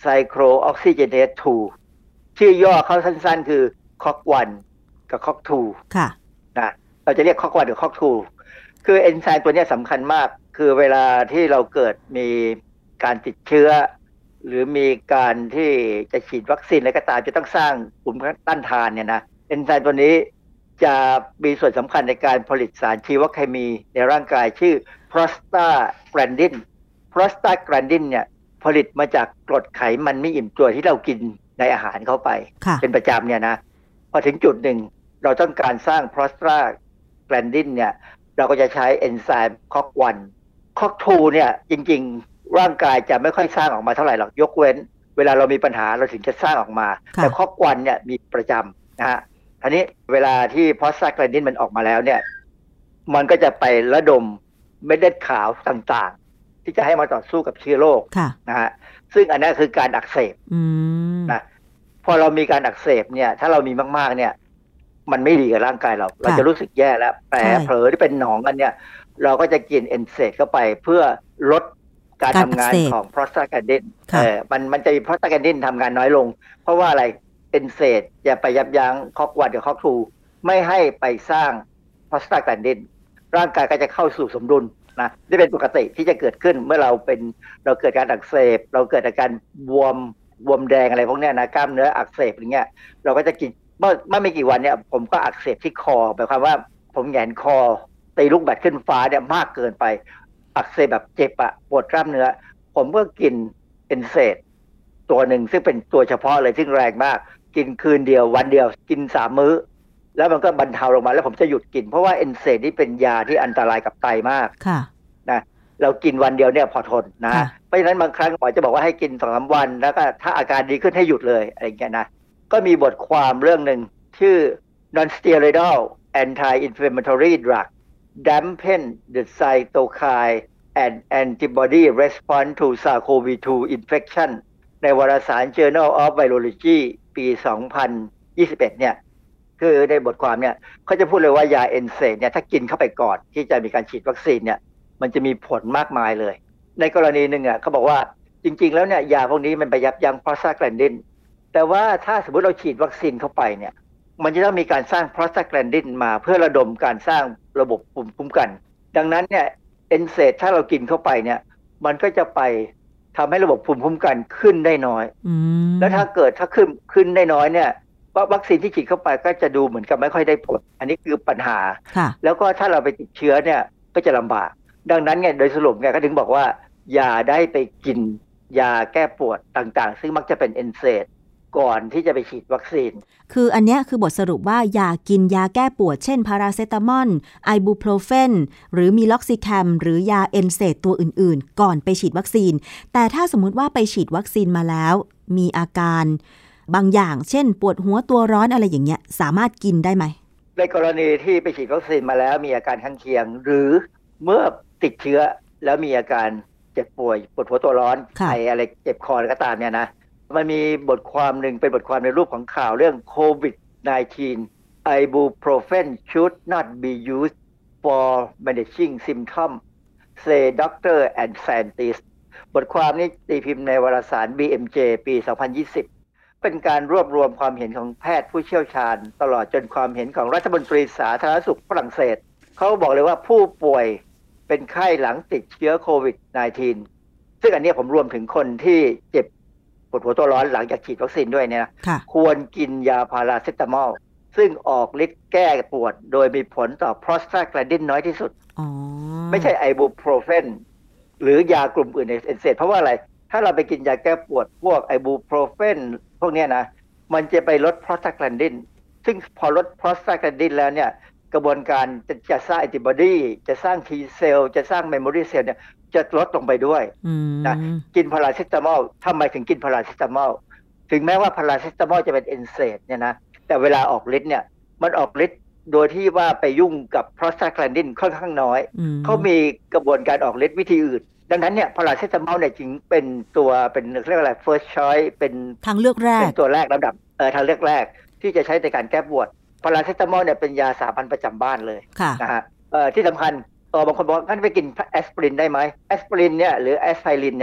ไซโครออกซิเจเนสทูชื่อย่อเขาสั้นๆคือคอกวันกับคอกทูค่ะนะเราจะเรียกคอกวันหรือคอกทูคือเอนไซม์ตัวนี้สำคัญมากคือเวลาที่เราเกิดมีการติดเชื้อหรือมีการที่จะฉีดวัคซีนอะไรก็ตามจะต้องสร้างภูมิต้านทานเนี่ยนะเอนไซม์ตัวนี้จะมีส่วนสำคัญในการผลิตสารชีวเคมีในร่างกายชื่อ prostaglandin prostaglandin เนี่ยผลิตมาจากกรดไขมันไม่อิ่มตัวที่เรากินในอาหารเข้าไปเป็นประจำเนี่ยนะพอถึงจุดหนึ่งเราต้องการสร้าง prostaglandin เนี่ยเราก็จะใช้เอนไซม์ ค โอ วัน ค โอ ทู เนี่ยจริงๆร่างกายจะไม่ค่อยสร้างออกมาเท่าไหร่หรอกยกเว้นเวลาเรามีปัญหาเราถึงจะสร้างออกมาแต่ ค โอ วัน เนี่ยมีประจำนะฮะทีนี้เวลาที่ prostaglandin มันออกมาแล้วเนี่ยมันก็จะไประดมเม็ดเลือดขาวต่างๆที่จะให้มาต่อสู้กับเชื้อโรคนะฮะซึ่งอันนั้นคือการอักเสบนะพอเรามีการอักเสบเนี่ยถ้าเรามีมากๆเนี่ยมันไม่ดีกับร่างกายเราเราจะรู้สึกแย่แล้วแผลเผลอที่เป็นหนองกันเนี่ยเราก็จะกินเอนเซดเข้าไปเพื่อลดการทำงานของ prostaglandin เออมันมันจะมี prostaglandin ทำงานน้อยลงเพราะว่าอะไรเอนเซดจะไปยับยั้งคอกวันกับคอกทูไม่ให้ไปสร้าง prostaglandin ร่างกายก็จะเข้าสู่สมดุลนะนี่เป็นปกติที่จะเกิดขึ้นเมื่อเราเป็นเราเกิดการอักเสบเราเกิดอาการบวมบวมแดงอะไรพวกนี้นะกล้ามเนื้ออักเสบอย่างเงี้ยเราก็จะกินเมื่อเมื่อไม่กี่วันเนี่ยผมก็อักเสบที่คอหมายความว่าผมแหงนคอตีลูกแบดขึ้นฟ้าเนี่ยมากเกินไปอักเสบแบบเจ็บอะปวดกล้ามเนื้อผมก็กินเอนเซดตัวหนึ่งซึ่งเป็นตัวเฉพาะเลยซึ่งแรงมากกินคืนเดียววันเดียวกินสามมื้อแล้วมันก็บรรเทาลงมาแล้วผมจะหยุดกินเพราะว่าเอนเซดนี่เป็นยาที่อันตรายกับไตมากนะเรากินวันเดียวเนี่ยพอทนนะเพราะฉะนั้นบางครั้งหมอจะบอกว่าให้กิน สองถึงสาม วันแล้วก็ถ้าอาการดีขึ้นให้หยุดเลยอะไรอย่างเงี้ยนะก็มีบทความเรื่องหนึ่งชื่อ non-steroidal anti-inflammatory drug dampen the cytokine and antibody response to ซาร์ โควี ทู infection ในวารสาร Journal of Virology ปี สองพันยี่สิบเอ็ด เนี่ยคือในบทความเนี่ยเขาจะพูดเลยว่ายาเอนเซดเนี่ยถ้ากินเข้าไปก่อนที่จะมีการฉีดวัคซีนเนี่ยมันจะมีผลมากมายเลยในกรณีหนึ่งอ่ะเขาบอกว่าจริงๆแล้วเนี่ยยาพวกนี้มันไปยับยั้ง prostaglandin แต่ว่าถ้าสมมติเราฉีดวัคซีนเข้าไปเนี่ยมันจะต้องมีการสร้าง prostaglandin มาเพื่อระดมการสร้างระบบภูมิคุ้มกันดังนั้นเนี่ยเอนเซดถ้าเรากินเข้าไปเนี่ยมันก็จะไปทำให้ระบบภูมิคุ้มกันขึ้นได้น้อยแล้วถ้าเกิดถ้าขึ้นขึ้นได้น้อยเนี่ยวัคซีนที่ฉีดเข้าไปก็จะดูเหมือนกับไม่ค่อยได้ผลอันนี้คือปัญหาแล้วก็ถ้าเราไปติดเชื้อเนี่ยก็จะลำบากดังนั้นไงโดยสรุปไงก็ถึงบอกว่าอย่าได้ไปกินยาแก้ปวดต่างๆซึ่งมักจะเป็นเอนเซดก่อนที่จะไปฉีดวัคซีนคืออันนี้คือบทสรุปว่าอย่ากินยาแก้ปวดเช่นพาราเซตามอลไอบูโพรเฟนหรือมีล็อกซิแคมหรือยาเอนเซดตัวอื่นๆก่อนไปฉีดวัคซีนแต่ถ้าสมมุติว่าไปฉีดวัคซีนมาแล้วมีอาการบางอย่างเช่นปวดหัวตัวร้อนอะไรอย่างเงี้ยสามารถกินได้ไหมในกรณีที่ไปฉีดวัคซีนมาแล้วมีอาการข้างเคียงหรือเมื่อติดเชื้อแล้วมีอาการเจ็บป่วยปวดหัวตัวร้อนไออะไรเจ็บคออะไรก็ตามเนี่ยนะมันมีบทความหนึ่งเป็นบทความในรูปของข่าวเรื่องโควิด สิบเก้า Ibuprofen should not be used for managing symptoms say doctor and scientists บทความนี้ตีพิมพ์ในวารสาร บี เอ็ม เจ ปี สองพันยี่สิบเป็นการรวบรวมความเห็นของแพทย์ผู้เชี่ยวชาญตลอดจนความเห็นของรัฐมนตรีสาธารณสุขฝรั่งเศสเขาบอกเลยว่าผู้ป่วยเป็นไข้หลังติดเชื้อโควิด สิบเก้า ซึ่งอันนี้ผมรวมถึงคนที่เจ็บปวดหัวตัวร้อนหลังจากฉีดวัคซีนด้วยเนี่ยนะควรกินยาพาราเซตามอลซึ่งออกฤทธิ์แก้ปวดโดยมีผลต่อ prostaglandin น้อยที่สุดไม่ใช่ไอบูโพรเฟนหรือยากลุ่มอื่นในเอนเซดเพราะว่าอะไรถ้าเราไปกินยาแก้ปวดพวกไอบูโพรเฟนพวกนี้นะมันจะไปลด prostaglandin ซึ่งพอลด prostaglandin แล้วเนี่ยกระบวนการจะจะสร้างแอนติบอดีจะสร้าง T เซลล์จะสร้างเมมโมรีเซลล์เนี่ยจะลดลงไปด้วยนะกินพาราเซตามอลทำไมถึงกินพาราเซตามอลถึงแม้ว่าพาราเซตามอลจะเป็นเอนเซดเนี่ยนะแต่เวลาออกฤทธิ์เนี่ยมันออกฤทธิ์โดยที่ว่าไปยุ่งกับ prostaglandin ค่อนข้างน้อยเขามีกระบวนการออกฤทธิ์วิธีอื่นดังนั้นเนี่ยพาราเซตามอลเนี่ยจึงเป็นตัวเป็นเรียกว่าอะไร first choice เป็นทางเลือกแรกเป็นตัวแรกลำดับเออทางเลือกแรกที่จะใช้ในการแก้ปวดพาราเซตามอลเนี่ยเป็นยาสามัญประจำบ้านเลยนะฮะเอ่อที่สำคัญเออบางคนบอกงั้นไปกินแอสไพรินได้ไหมแอสไพรินเนี่ยหรือแอสไพรินเนี่ย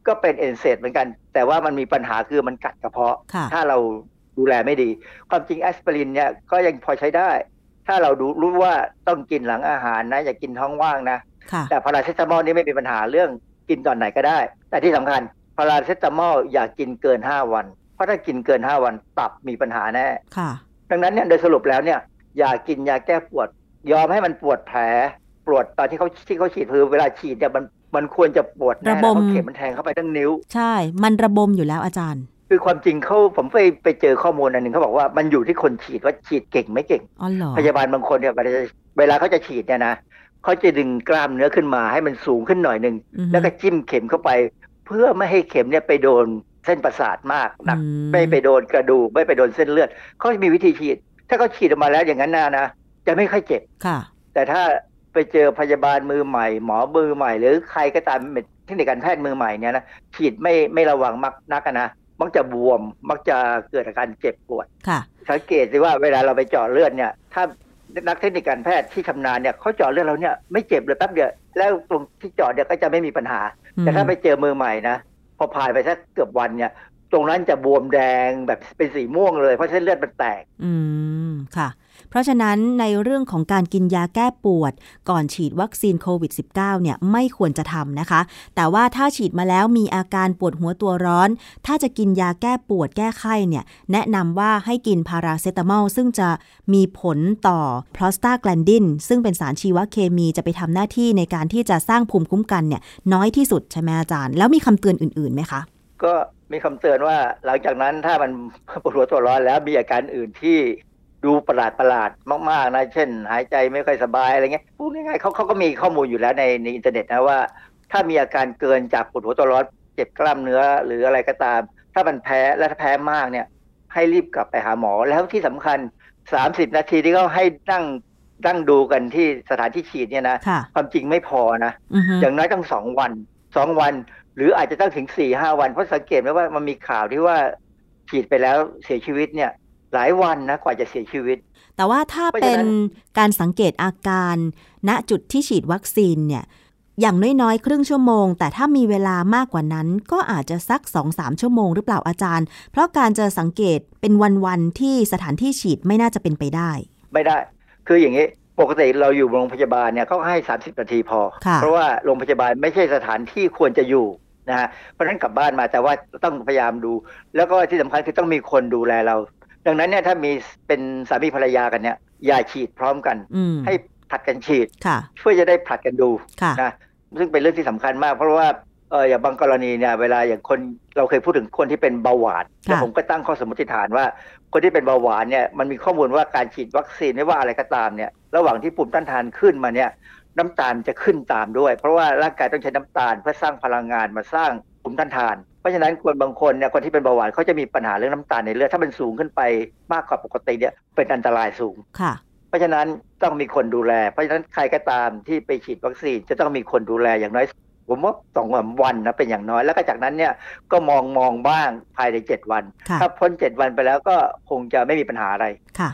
ก็เป็นเอนเซดเหมือนกันแต่ว่ามันมีปัญหาคือมันกัดกระเพาะถ้าเราดูแลไม่ดีความจริงแอสไพรินเนี่ยก็ยังพอใช้ได้ถ้าเราดูรู้ว่าต้องกินหลังอาหารนะอย่ากินท้องว่างนะแต่พาราเซตามอลนี่ไม่มีปัญหาเรื่องกินตอนไหนก็ได้แต่ที่สำคัญพาราเซตามอลอย่ากินเกินห้าวันเพราะถ้ากินเกินห้าวันตับมีปัญหาแน่ดังนั้นเนี่ยโดยสรุปแล้วเนี่ยอย่ากินยาแก้ปวดยอมให้มันปวดแผลปวดตอนที่เขาที่เขาฉีดคือเวลาฉีดเนี่ยมันมันควรจะปวดแน่เพราะเข็มมันแทงเข้าไปทั้งนิ้วใช่มันระบมอยู่แล้วอาจารย์คือความจริงเขาผมไปไปเจอข้อมูลอันหนึ่งเขาบอกว่ามันอยู่ที่คนฉีดว่าฉีดเก่งไม่เก่งพยาบาลบางคนเนี่ยเวลาเขาจะฉีดเนี่ยนะเขาจะดึงกล้ามเนื้อขึ้นมาให้มันสูงขึ้นหน่อยนึงแล้วก็จิ้มเข็มเข้าไปเพื่อไม่ให้เข็มเนี่ยไปโดนเส้นประสาทมากหนักไม่ไปโดนกระดูกไม่ไปโดนเส้นเลือดเขาจะมีวิธีฉีดถ้าเขาฉีดออกมาแล้วอย่างนั้นนะนะจะไม่ค่อยเจ็บแต่ถ้าไปเจอพยาบาลมือใหม่หมอมือใหม่หรือใครก็ตามเทคนิคการแพทย์มือใหม่เนี่ยนะฉีดไม่ไม่ระวังมักนักนะมักจะบวมมักจะเกิดอาการเจ็บปวดสังเกตสิว่าเวลาเราไปเจาะเลือดเนี่ยถ้านักเทคนิคการแพทย์ที่ชำนาญเนี่ยเขาเจาะเลือดเราเนี่ยไม่เจ็บเลยแป๊บเดียวแล้วตรงที่เจาะเนี่ยก็จะไม่มีปัญหาแต่ถ้าไปเจอมือใหม่นะพอผ่านไปสักเกือบวันเนี่ยตรงนั้นจะบวมแดงแบบเป็นสีม่วงเลยเพราะเส้นเลือดมันแตกอืมค่ะเพราะฉะนั้นในเรื่องของการกินยาแก้ปวดก่อนฉีดวัคซีนโควิด สิบเก้า เนี่ยไม่ควรจะทำนะคะแต่ว่าถ้าฉีดมาแล้วมีอาการปวดหัวตัวร้อนถ้าจะกินยาแก้ปวดแก้ไข้เนี่ยแนะนำว่าให้กินพาราเซตามอลซึ่งจะมีผลต่อโพรสตาแกลนดินซึ่งเป็นสารชีวเคมีจะไปทำหน้าที่ในการที่จะสร้างภูมิคุ้มกันเนี่ยน้อยที่สุดใช่ไหมอาจารย์แล้วมีคำเตือนอื่นๆไหมคะก็มีคำเตือนว่าหลังจากนั้นถ้ามันปวดหัวตัวร้อนแล้วมีอาการอื่นที่ดูประหลาดประหลาดมากๆนะเช่นหายใจไม่ค่อยสบายอะไรเงี้ยพูดง่ายๆเขาเขาก็มีข้อมูลอยู่แล้วในในอินเทอร์เน็ตนะว่าถ้ามีอาการเกินจากปวดหัวตัวร้อนเจ็บกล้ามเนื้อหรืออะไรก็ตามถ้ามันแพ้และถ้าแพ้มากเนี่ยให้รีบกลับไปหาหมอแล้วที่สำคัญสามสิบนาทีที่เขาให้นั่งนั่งดูกันที่สถานที่ฉีดเนี่ยนะความจริงไม่พอนะ uh-huh. อย่างน้อยต้องสองวันสองวันหรืออาจจะต้องถึง สี่ห้า วันเพราะสังเกตไหมว่ามันมีข่าวที่ว่าฉีดไปแล้วเสียชีวิตเนี่ยหลายวันนะกว่าจะเสียชีวิตแต่ว่าถ้าเป็นการสังเกตอาการณจุดที่ฉีดวัคซีนเนี่ยอย่างน้อยๆครึ่งชั่วโมงแต่ถ้ามีเวลามากกว่านั้นก็อาจจะสัก สองถึงสาม ชั่วโมงหรือเปล่าอาจารย์เพราะการจะสังเกตเป็นวันๆที่สถานที่ฉีดไม่น่าจะเป็นไปได้ไม่ได้คืออย่างนี้ปกติเราอยู่โรงพยาบาลเนี่ยเขาให้สามสิบนาทีพอเพราะว่าโรงพยาบาลไม่ใช่สถานที่ควรจะอยู่นะฮะเพราะฉะนั้นกลับบ้านมาแต่ว่าต้องพยายามดูแล้วก็ที่สำคัญคือต้องมีคนดูแลเราดังนั้นเนี่ยถ้ามีเป็นสามีภรรยากันเนี่ยอย่าฉีดพร้อมกันให้ผลัดกันฉีดช่วยจะได้ผลัดกันดูนะซึ่งเป็นเรื่องที่สำคัญมากเพราะว่าเอออย่างบางกรณีเนี่ยเวลาอย่างคนเราเคยพูดถึงคนที่เป็นเบาหวานแล้วผมก็ตั้งข้อสมมติฐานว่าคนที่เป็นเบาหวานเนี่ยมันมีข้อมูลว่าการฉีดวัคซีนไม่ว่าอะไรก็ตามเนี่ยระหว่างที่ภูมิต้านทานขึ้นมาเนี่ยน้ำตาลจะขึ้นตามด้วยเพราะว่าร่างกายต้องใช้น้ำตาลเพื่อสร้างพลังงานมาสร้างภูมิต้านทานเพราะฉะนั้นคนบางคนเนี่ยคนที่เป็นเบาหวานเขาจะมีปัญหาเรื่องน้ำตาลในเลือดถ้ามันสูงขึ้นไปมากกว่าปกติเนี่ยเป็นอันตรายสูงค่ะเพราะฉะนั้นต้องมีคนดูแลเพราะฉะนั้นใครก็ตามที่ไปฉีดวัคซีนจะต้องมีคนดูแลอย่างน้อยผมว่าสองวันนะเป็นอย่างน้อยแล้วก็จากนั้นเนี่ยก็มองมองบ้างภายในเจ็ดวันถ้าพ้นเจ็ดวันไปแล้วก็คงจะไม่มีปัญหาอะไรค่ะ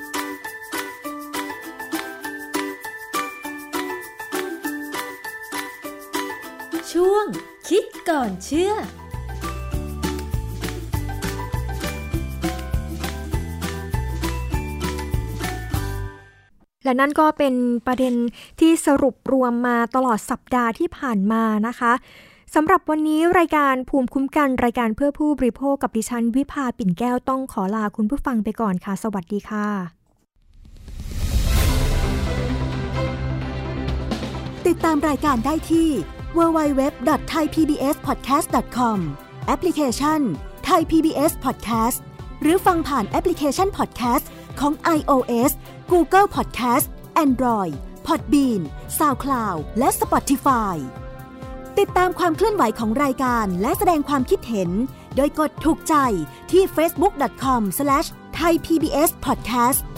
ช่วงคิดก่อนเชื่อและนั่นก็เป็นประเด็นที่สรุปรวมมาตลอดสัปดาห์ที่ผ่านมานะคะสำหรับวันนี้รายการภูมิคุ้มกันรายการเพื่อผู้บริโภคกับดิฉันวิภาปิ่นแก้วต้องขอลาคุณผู้ฟังไปก่อนค่ะสวัสดีค่ะติดตามรายการได้ที่ ดับเบิลยู ดับเบิลยู ดับเบิลยู ดอท ไทย พี บี เอส พอดแคสต์ ดอท คอม แอปพลิเคชัน Thai พี บี เอส Podcast หรือฟังผ่านแอปพลิเคชัน Podcast ของ iOS Google Podcast Android Podbean SoundCloud และ Spotify ติดตามความเคลื่อนไหวของรายการและแสดงความคิดเห็นโดยกดถูกใจที่ เฟซบุ๊ก ดอท คอม สแลช ไทย พี บี เอส พอดแคสต์